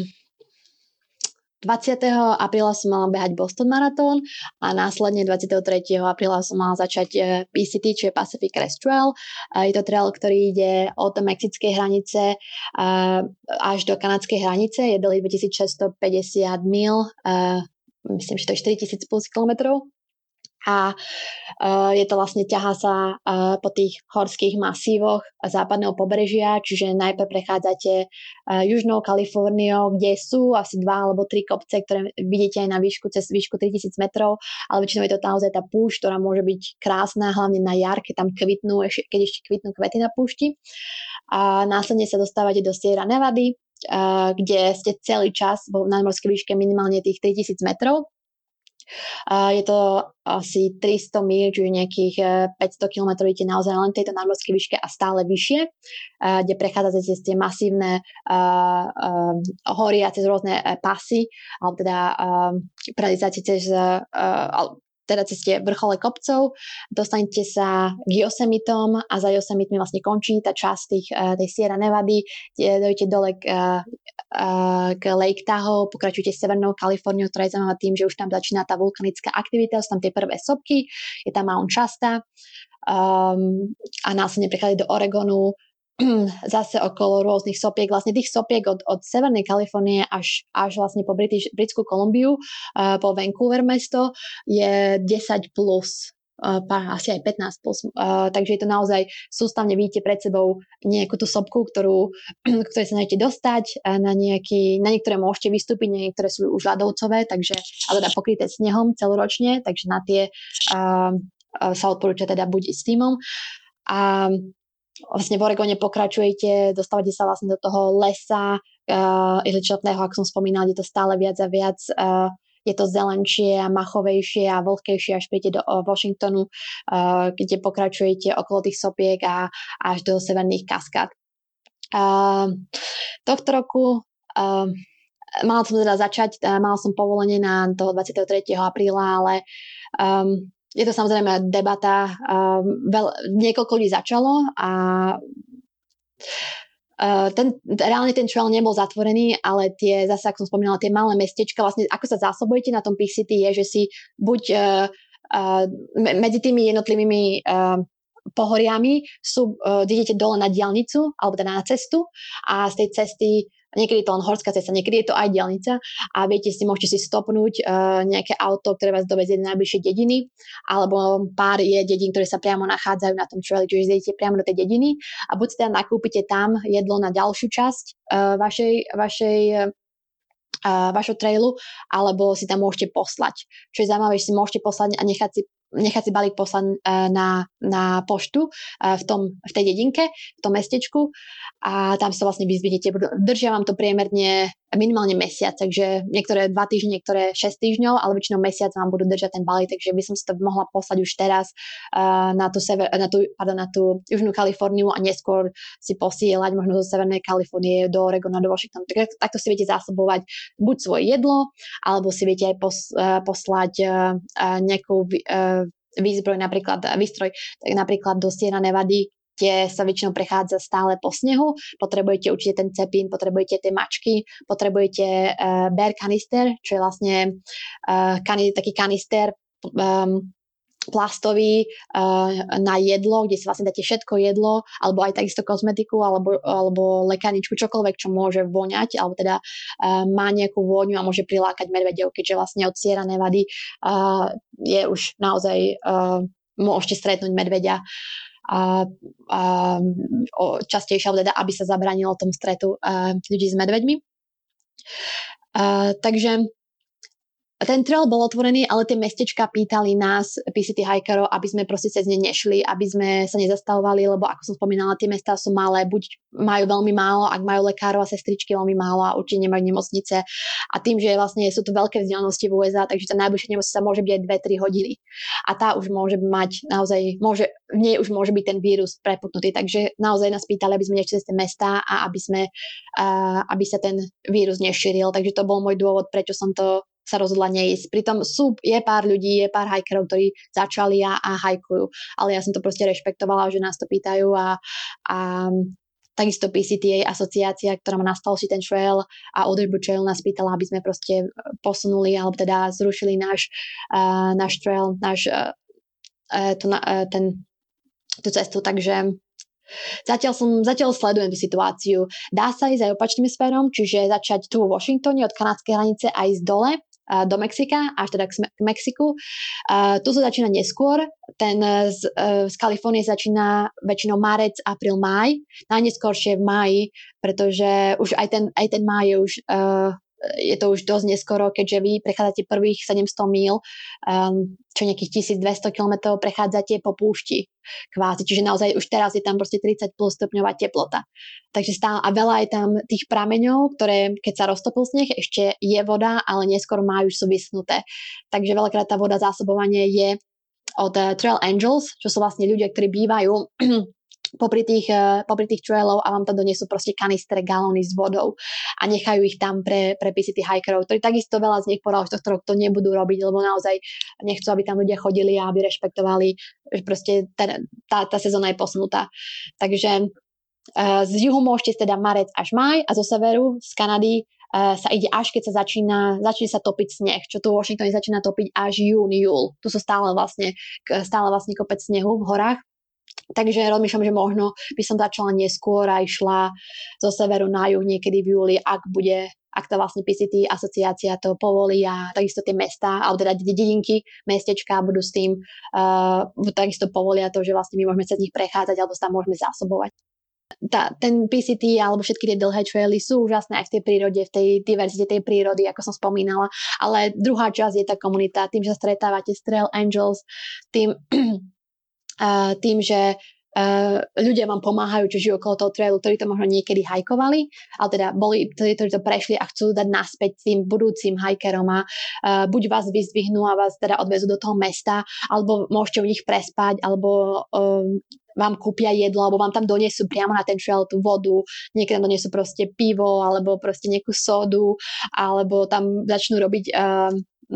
dvadsiateho apríla som mala behať Boston Marathon a následne dvadsiateho tretieho apríla som mala začať pé cé té, čo je Pacific Crest Trail. Je to trail, ktorý ide od mexickej hranice až do kanadskej hranice. Je dlhý dvetisícšesťstopäťdesiat míl, myslím, že to je štyritisíc plus kilometrov. A uh, je to vlastne, ťahá sa uh, po tých horských masívoch západného pobrežia, čiže najprv prechádzate uh, južnou Kaliforniou, kde sú asi dva alebo tri kopce, ktoré vidíte aj na výšku, cez výšku tritisíc metrov, ale väčšinou je to naozaj tá púšť, ktorá môže byť krásna, hlavne na jar, keď tam kvitnú, keď ešte kvitnú kvety na púšti. A následne sa dostávate do Sierra Nevady, uh, kde ste celý čas vo nadmorskej výške minimálne tých tritisíc metrov. Uh, je to asi tristo míľ, čiže nejakých uh, päťsto kilometrov idete naozaj len tejto nadmorskej výške a stále vyššie, uh, kde prechádzate cez tie masívne uh, uh, hory a cez rôzne uh, pasy, alebo teda uh, prechádzate cez uh, uh, teda cez tie vrchole kopcov, dostanete sa k Yosemitom a za Yosemitmi vlastne končí tá časť tých, tej Sierra Nevady, dojdete dole k, k Lake Tahoe, pokračujete severnou Kaliforniou, ktorá je zaujímavá tým, že už tam začína tá vulkanická aktivita, sú tam tie prvé sopky, je tam Mount Shasta um, a následne prechádzajú do Oregonu, zase okolo rôznych sopiek, vlastne tých sopiek od, od Severnej Kalifornie až, až vlastne po British, Britskú Kolumbiu, uh, po Vancouver mesto je desať plus, uh, asi aj pätnásť plus, uh, takže je to naozaj sústavne, vidíte pred sebou nejakú tú sopku, ktorú, ktorej sa môžete dostať, uh, na, nejaký, na niektoré môžete vystúpiť, niektoré sú už ľadovcové, takže, ale teda pokryté snehom celoročne, takže na tie uh, uh, sa odporúča teda buď s týmom. A vlastne v Oregone pokračujete, dostávate sa vlastne do toho lesa uh, ihličnatného, ako som spomínala, je to stále viac a viac, uh, je to zelenšie a machovejšie a vlhkejšie, až príjete do uh, Washingtonu, uh, kde pokračujete okolo tých sopiek a až do severných kaskád. Uh, tohto roku uh, mala som teda začať, uh, mala som povolenie na toho dvadsiateho tretieho apríla, ale um, je to samozrejme debata, uh, veľ, niekoľko ľudí začalo a uh, ten, reálne ten trail nebol zatvorený, ale tie, zase ako som spomínala, tie malé mestečka, vlastne ako sa zásobujete na tom pé cé té je, že si buď uh, uh, medzi tými jednotlivými uh, pohoriami sú, uh, idete dole na diaľnicu alebo teda na cestu a z tej cesty niekedy je to len horská cesta, niekedy je to aj diaľnica a viete si, môžete si stopnúť uh, nejaké auto, ktoré vás dovezie do najbližšej dediny, alebo pár je dedín, ktoré sa priamo nachádzajú na tom traili, čiže idete priamo do tej dediny a buď teda nakúpite tam jedlo na ďalšiu časť uh, vašej, vašej uh, vašho trailu, alebo si tam môžete poslať. Čo je zaujímavé, že si môžete poslať a nechať si nechať si balík poslať na, na poštu v, tom, v tej dedinke, v tom mestečku a tam sa vlastne vyzvihnete. Držia vám to priemerne minimálne mesiac, takže niektoré dva týždne, niektoré šesť týždňov, ale väčšinou mesiac vám budú držať ten balík, takže by som si to mohla poslať už teraz na tú, sever, na tú, pardon, na tú Južnú Kaliforniu a neskôr si posielať možno zo Severnej Kalifornie do Oregonu, do Washingtonu. Tak, takto si viete zásobovať buď svoje jedlo, alebo si viete aj pos, poslať nejakú výzbroj, napríklad výstroj, tak napríklad do Sierra Nevady, kde sa väčšinou prechádza stále po snehu. Potrebujete určite ten cepín, potrebujete tie mačky, potrebujete uh, bear kanister, čo je vlastne uh, kani, taký kanister um, plastový uh, na jedlo, kde si vlastne dáte všetko jedlo, alebo aj takisto kozmetiku, alebo, alebo lekárničku, čokoľvek, čo môže voňať, alebo teda uh, má nejakú vôňu a môže prilákať medveďov, keďže vlastne od Sierra Nevady uh, je už naozaj uh, môžete stretnúť medveďa a, a častejšie, alebo teda, aby sa zabránilo tomu stretu uh, ľudí s medveďmi. Uh, takže ten trail bol otvorený, ale tie mestečka pýtali nás, pé cé té hikerov, aby sme proste cez ne nešli, aby sme sa nezastavovali, lebo ako som spomínala, tie mestá sú malé, buď majú veľmi málo, ak majú lekárov a sestričky veľmi málo a určite nemajú nemocnice. A tým, že vlastne sú tu veľké vzdialenosti v ú es á, takže tá najbližšia nemocnica môže byť aj dve tri hodiny. A tá už môže mať naozaj, môže, v nej už môže byť ten vírus prepuknutý. Takže naozaj nás pýtali, aby sme nešli cez tie mestá a aby, sme, uh, aby sa ten vírus nešíril. Takže to bol môj dôvod, prečo som to sa rozhodla neísť. Pritom sú, je pár ľudí, je pár hikerov, ktorí začali a, a hajkujú. Ale ja som to proste rešpektovala, že nás to pýtajú a, a takisto pé cé té asociácia, ktorá má na starosti ten trail a Aldersburg Trail nás pýtala, aby sme proste posunuli alebo teda zrušili náš, uh, náš trail, náš, uh, to, uh, ten, tú cestu. Takže Zatiaľ, som, zatiaľ sledujem tú situáciu. Dá sa ísť aj opačným smerom, čiže začať tu vo Washingtone od kanadskej hranice a ísť dole do Mexika, až teda k Mexiku. Uh, tu sa začína neskôr. Ten z, uh, z Kalifornie začína väčšinou marec, apríl, máj. Najneskôršie v máji, pretože už aj ten, aj ten máj je už... Uh, je to už dosť neskoro, keďže vy prechádzate prvých sedemsto míl, um, čo nejakých tisícdvesto kilometrov prechádzate po púšti kvázi. Čiže naozaj už teraz je tam proste tridsať plus stupňová teplota. Takže stále, a veľa je tam tých prameňov, ktoré keď sa roztopil sneh, ešte je voda, ale neskôr máj už sú vyschnuté. Takže veľakrát tá voda zásobovanie je od uh, Trail Angels, čo sú vlastne ľudia, ktorí bývajú popri tých, popri tých trailov a vám to donesú proste kanistre, galóny s vodou a nechajú ich tam pre, pre pé cé té hikerov, ktorí takisto veľa z nich povedal, že tohto roku to nebudú robiť, lebo naozaj nechcú, aby tam ľudia chodili a aby rešpektovali, že proste ten, tá, tá sezóna je posunutá. Takže uh, z juhu môžete teda marec až máj a zo severu, z Kanady, uh, sa ide až keď sa začína, začne sa topiť sneh, čo tu v Washingtone začína topiť až jún, júl. Tu sú stále vlastne, stále vlastne kopec snehu v horách. Takže rozmýšľam, že možno by som začala neskôr a išla zo severu na juh niekedy v júli, ak bude, ak to vlastne pé cé té asociácia to povolí a takisto tie mestá, alebo teda dedinky, mestečka budú s tým uh, takisto povolia to, že vlastne my môžeme cez nich prechádzať alebo sa tam môžeme zásobovať. Tá, ten pé cé té alebo všetky tie dlhé traily sú úžasné aj v tej prírode, v tej diverzite tej prírody, ako som spomínala, ale druhá časť je tá komunita, tým, že sa stretávate s Trail Angels, tým Uh, tým, že uh, ľudia vám pomáhajú, čo žijú okolo toho trailu, ktorí to možno niekedy hajkovali, ale teda boli, ktorí, ktorí to prešli a chcú dať naspäť tým budúcim hajkerom a uh, buď vás vyzdvihnú a vás teda odvezú do toho mesta, alebo môžete u nich prespať, alebo um, vám kúpia jedlo, alebo vám tam donesú priamo na ten trail tú vodu, niekedy tam donesú proste pivo, alebo proste nejakú sodu, alebo tam začnú robiť uh,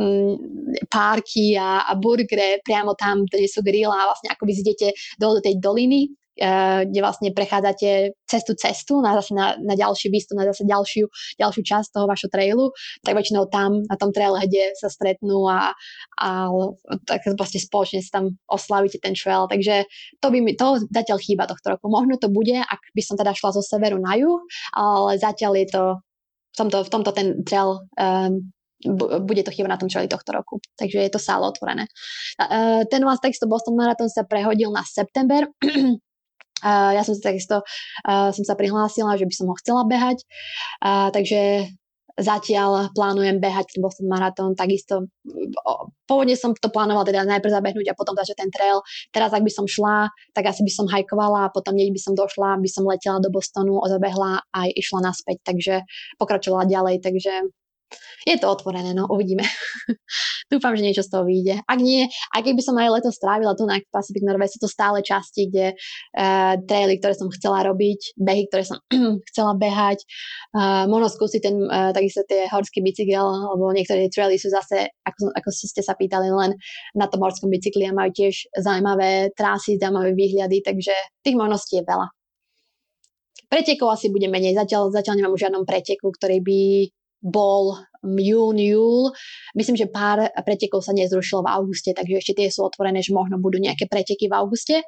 párky a, a burgery priamo tam, kde sú grilla a vlastne ako vy zidete dole do tej doliny, uh, kde vlastne prechádzate cestu cestu na zase na, na ďalší výstup, na zase ďalšiu, ďalšiu časť toho vašho trailu, tak väčšinou tam na tom trailheade sa stretnú a, a tak vlastne spoločne sa tam oslavíte ten trail, takže to by mi, to zatiaľ chýba tohto roku. Možno to bude, ak by som teda šla zo severu na juh, ale zatiaľ je to v tomto, v tomto ten trail um, bude to chyba na tom traili tohto roku. Takže je to stále otvorené. Uh, ten vás takisto Boston Marathon sa prehodil na september. Uh, ja som sa takisto uh, som sa prihlásila, že by som ho chcela behať. Uh, takže zatiaľ plánujem behať ten Boston Marathon, takisto pôvodne som to plánovala teda najprv zabehnúť a potom začať ten trail. Teraz ak by som šla, tak asi by som hajkovala a potom niekde by som došla, by som letela do Bostonu, zabehla a išla naspäť, takže pokračovala ďalej, takže je to otvorené, no uvidíme. Dúfam, že niečo z toho vyjde. Ak nie, aj keby som aj leto strávila tu na Pacific Northwest, sú to stále časti, kde uh, traily, ktoré som chcela robiť, behy, ktoré som chcela behať, uh, možno skúsiť ten, uh, takisto tie horský bicykel, lebo niektoré traily sú zase, ako, ako ste sa pýtali, len na tom horskom bicykli a majú tiež zaujímavé trasy, zaujímavé výhľady, takže tých možností je veľa. Pretekov asi bude menej, zatiaľ, zatiaľ nemám už žiadnom preteku, ktorý by bol jún, júl. Myslím, že pár pretekov sa nezrušilo v auguste, takže ešte tie sú otvorené, že možno budú nejaké preteky v auguste.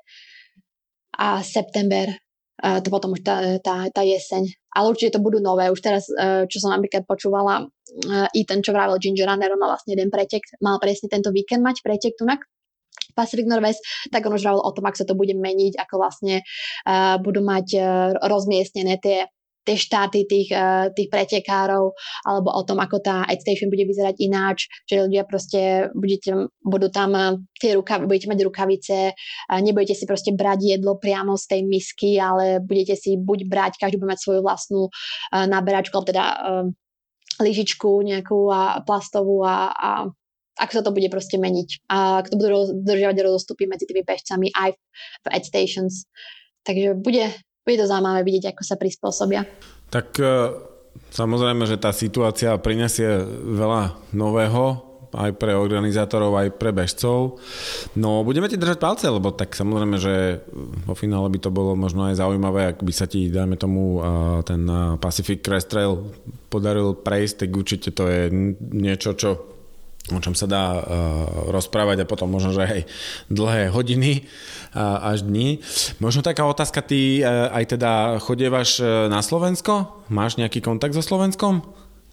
A september, to potom už tá, tá, tá jeseň. Ale určite to budú nové. Už teraz, čo som napríklad počúvala, Ethan, čo vravel Ginger Runner, on mal vlastne jeden pretek, mal presne tento víkend mať pretek tunak Pacific Northwest, tak on už vravel o tom, ak sa to bude meniť, ako vlastne uh, budú mať uh, rozmiestnené tie tie štáty tých, uh, tých pretekárov, alebo o tom, ako tá aid station bude vyzerať ináč, že ľudia proste budete, budú tam uh, tie rukavice, budete mať rukavice, uh, nebudete si proste brať jedlo priamo z tej misky, ale budete si buď brať, každý bude mať svoju vlastnú uh, naberačku, alebo teda uh, lyžičku nejakú a plastovú a, a ako sa to bude proste meniť. A ako to budú dodržiavať rozostupy medzi tými bežcami aj v aid stations. Takže bude Bude to zaujímavé vidieť, ako sa prispôsobia. Tak samozrejme, že tá situácia prinesie veľa nového aj pre organizátorov, aj pre bežcov. No, budeme ti držať palce, lebo tak samozrejme, že vo finále by to bolo možno aj zaujímavé, ak by sa ti, dajme tomu, ten Pacific Crest Trail podaril prejsť, tak určite to je niečo, čo o čom sa dá uh, rozprávať a potom možno, že aj dlhé hodiny uh, až dní. Možno taká otázka, ty uh, aj teda chodievaš na Slovensko? Máš nejaký kontakt so Slovenskom?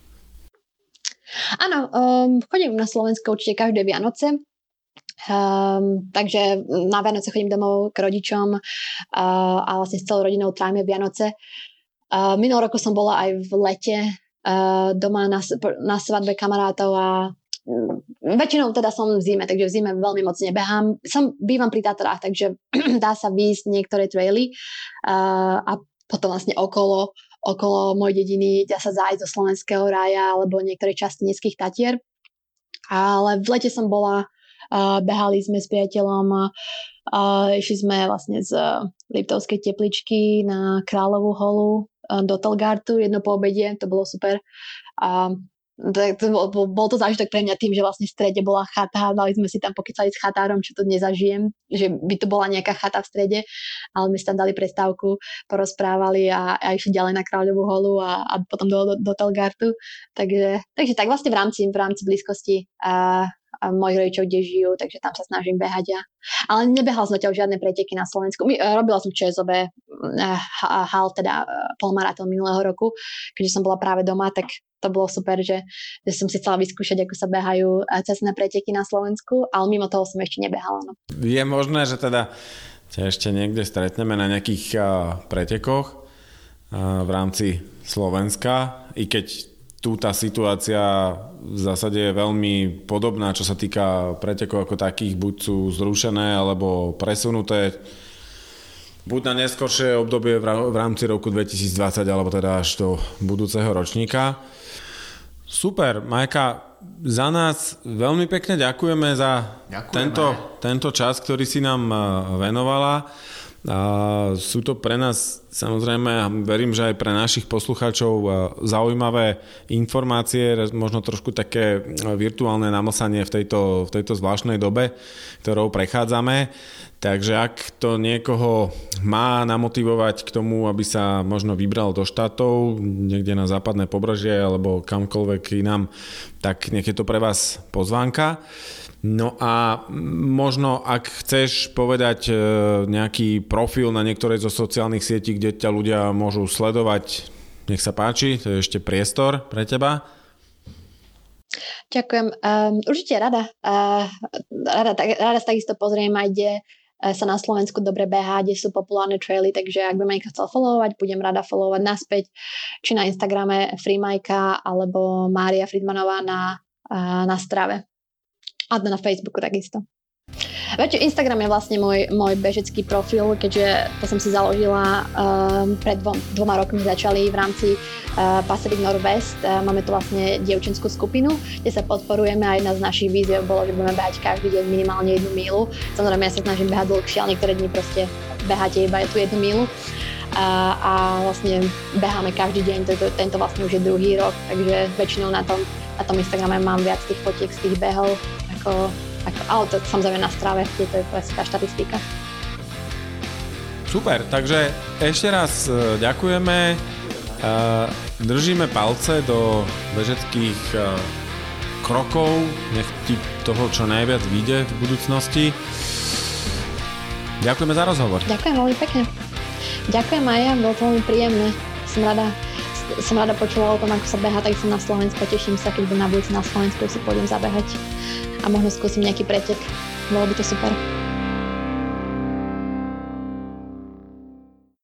Áno, um, chodím na Slovensko určite každé Vianoce. Um, takže na Vianoce chodím domov k rodičom uh, a vlastne s celou rodinou trávime Vianoce. Uh, minulý roku som bola aj v lete uh, doma na, na svadbe kamarátov a väčšinou teda som v zime, takže v zime veľmi moc nebehám. Som, bývam pri Tatrách, takže dá sa výjsť niektoré traily uh, a potom vlastne okolo, okolo mojej dediny dá sa zájsť do Slovenského rája alebo niektoré časti Nízkych Tatier. Ale v lete som bola, uh, behali sme s priateľom, uh, išli sme vlastne z Liptovskej Tepličky na Kráľovú holu uh, do Telgartu jedno po obede, to bolo super. Uh, Tak to bol, bol to zážitok pre mňa tým, že vlastne v strede bola chata, dali sme si tam pokecali s chatárom, čo to nezažijem, že by to bola nejaká chata v strede, ale my si tam dali prestávku, porozprávali a, a išli ďalej na Kráľovú holu a, a potom do, do, do Telgartu. Takže, takže tak vlastne v rámci, v rámci blízkosti a, a mojich rodičov, kde žijú, takže tam sa snažím behať. A, ale nebehala som zatiaľ žiadne preteky na Slovensku. My, robila som ČSOB hal, teda polmaratón minulého roku, keďže som bola práve doma, tak to bolo super, že, že som si chcela vyskúšať, ako sa behajú cestné preteky na Slovensku, ale mimo toho som ešte nebehala. No. Je možné, že teda ťa ešte niekde stretneme na nejakých uh, pretekoch uh, v rámci Slovenska, i keď tu tá situácia v zásade je veľmi podobná, čo sa týka pretekov ako takých, buď sú zrušené alebo presunuté buď na neskoršie obdobie v rámci roku dvetisícdvadsať alebo teda až do budúceho ročníka. Super, Majka, za nás veľmi pekne ďakujeme za ďakujeme. Tento, tento čas, ktorý si nám venovala. A sú to pre nás samozrejme, a verím, že aj pre našich poslucháčov zaujímavé informácie, možno trošku také virtuálne namlsanie v tejto, v tejto zvláštnej dobe, ktorou prechádzame. Takže ak to niekoho má namotivovať k tomu, aby sa možno vybral do štátov, niekde na západné pobrežie alebo kamkoľvek inám, tak nech je to pre vás pozvánka. No a možno ak chceš povedať nejaký profil na niektorej zo sociálnych sietí, kde ťa ľudia môžu sledovať, nech sa páči, to je ešte priestor pre teba. Ďakujem. Um, určite rada. Uh, rada, tak, rada sa takisto pozriem aj, kde sa na Slovensku dobre behá, kde sú populárne traily, takže ak by ma niekto chcel followovať, budem rada followovať naspäť, či na Instagrame Freemajka, alebo Mária Friedmanová na, na Strave. A na Facebooku takisto. Veď Instagram je vlastne môj, môj bežecký profil, keďže to som si založila um, pred dvom, dvoma rokmi začali v rámci uh, Pacific Northwest. Uh, máme tu vlastne dievčenskú skupinu, kde sa podporujeme a jedna z našich víziev bolo, že budeme behať každý deň minimálne jednu mílu. Samozrejme ja sa snažím behať dlhšie, ale niektoré dni proste beháte iba tú jednu mílu. A, a vlastne beháme každý deň, tento, tento vlastne už je druhý rok, takže väčšinou na tom, na tom Instagrame mám viac tých fotiek z tých behov, ako Ako, ale to samozrejme na Strave, kde to je tá štatistika. Super, takže ešte raz ďakujeme, držíme palce do bežeckých krokov, nech ti toho čo najviac vyjde v budúcnosti. Ďakujeme za rozhovor. Ďakujem veľmi pekne. Ďakujem aj ja, bolo to veľmi príjemné. Som rada, som rada počula o tom, ako sa beha, tak som na Slovensku, teším sa, keď budem na budúci na Slovensku, si pôjdem zabehať a možno skúsim nejaký pretek. Bolo by to super.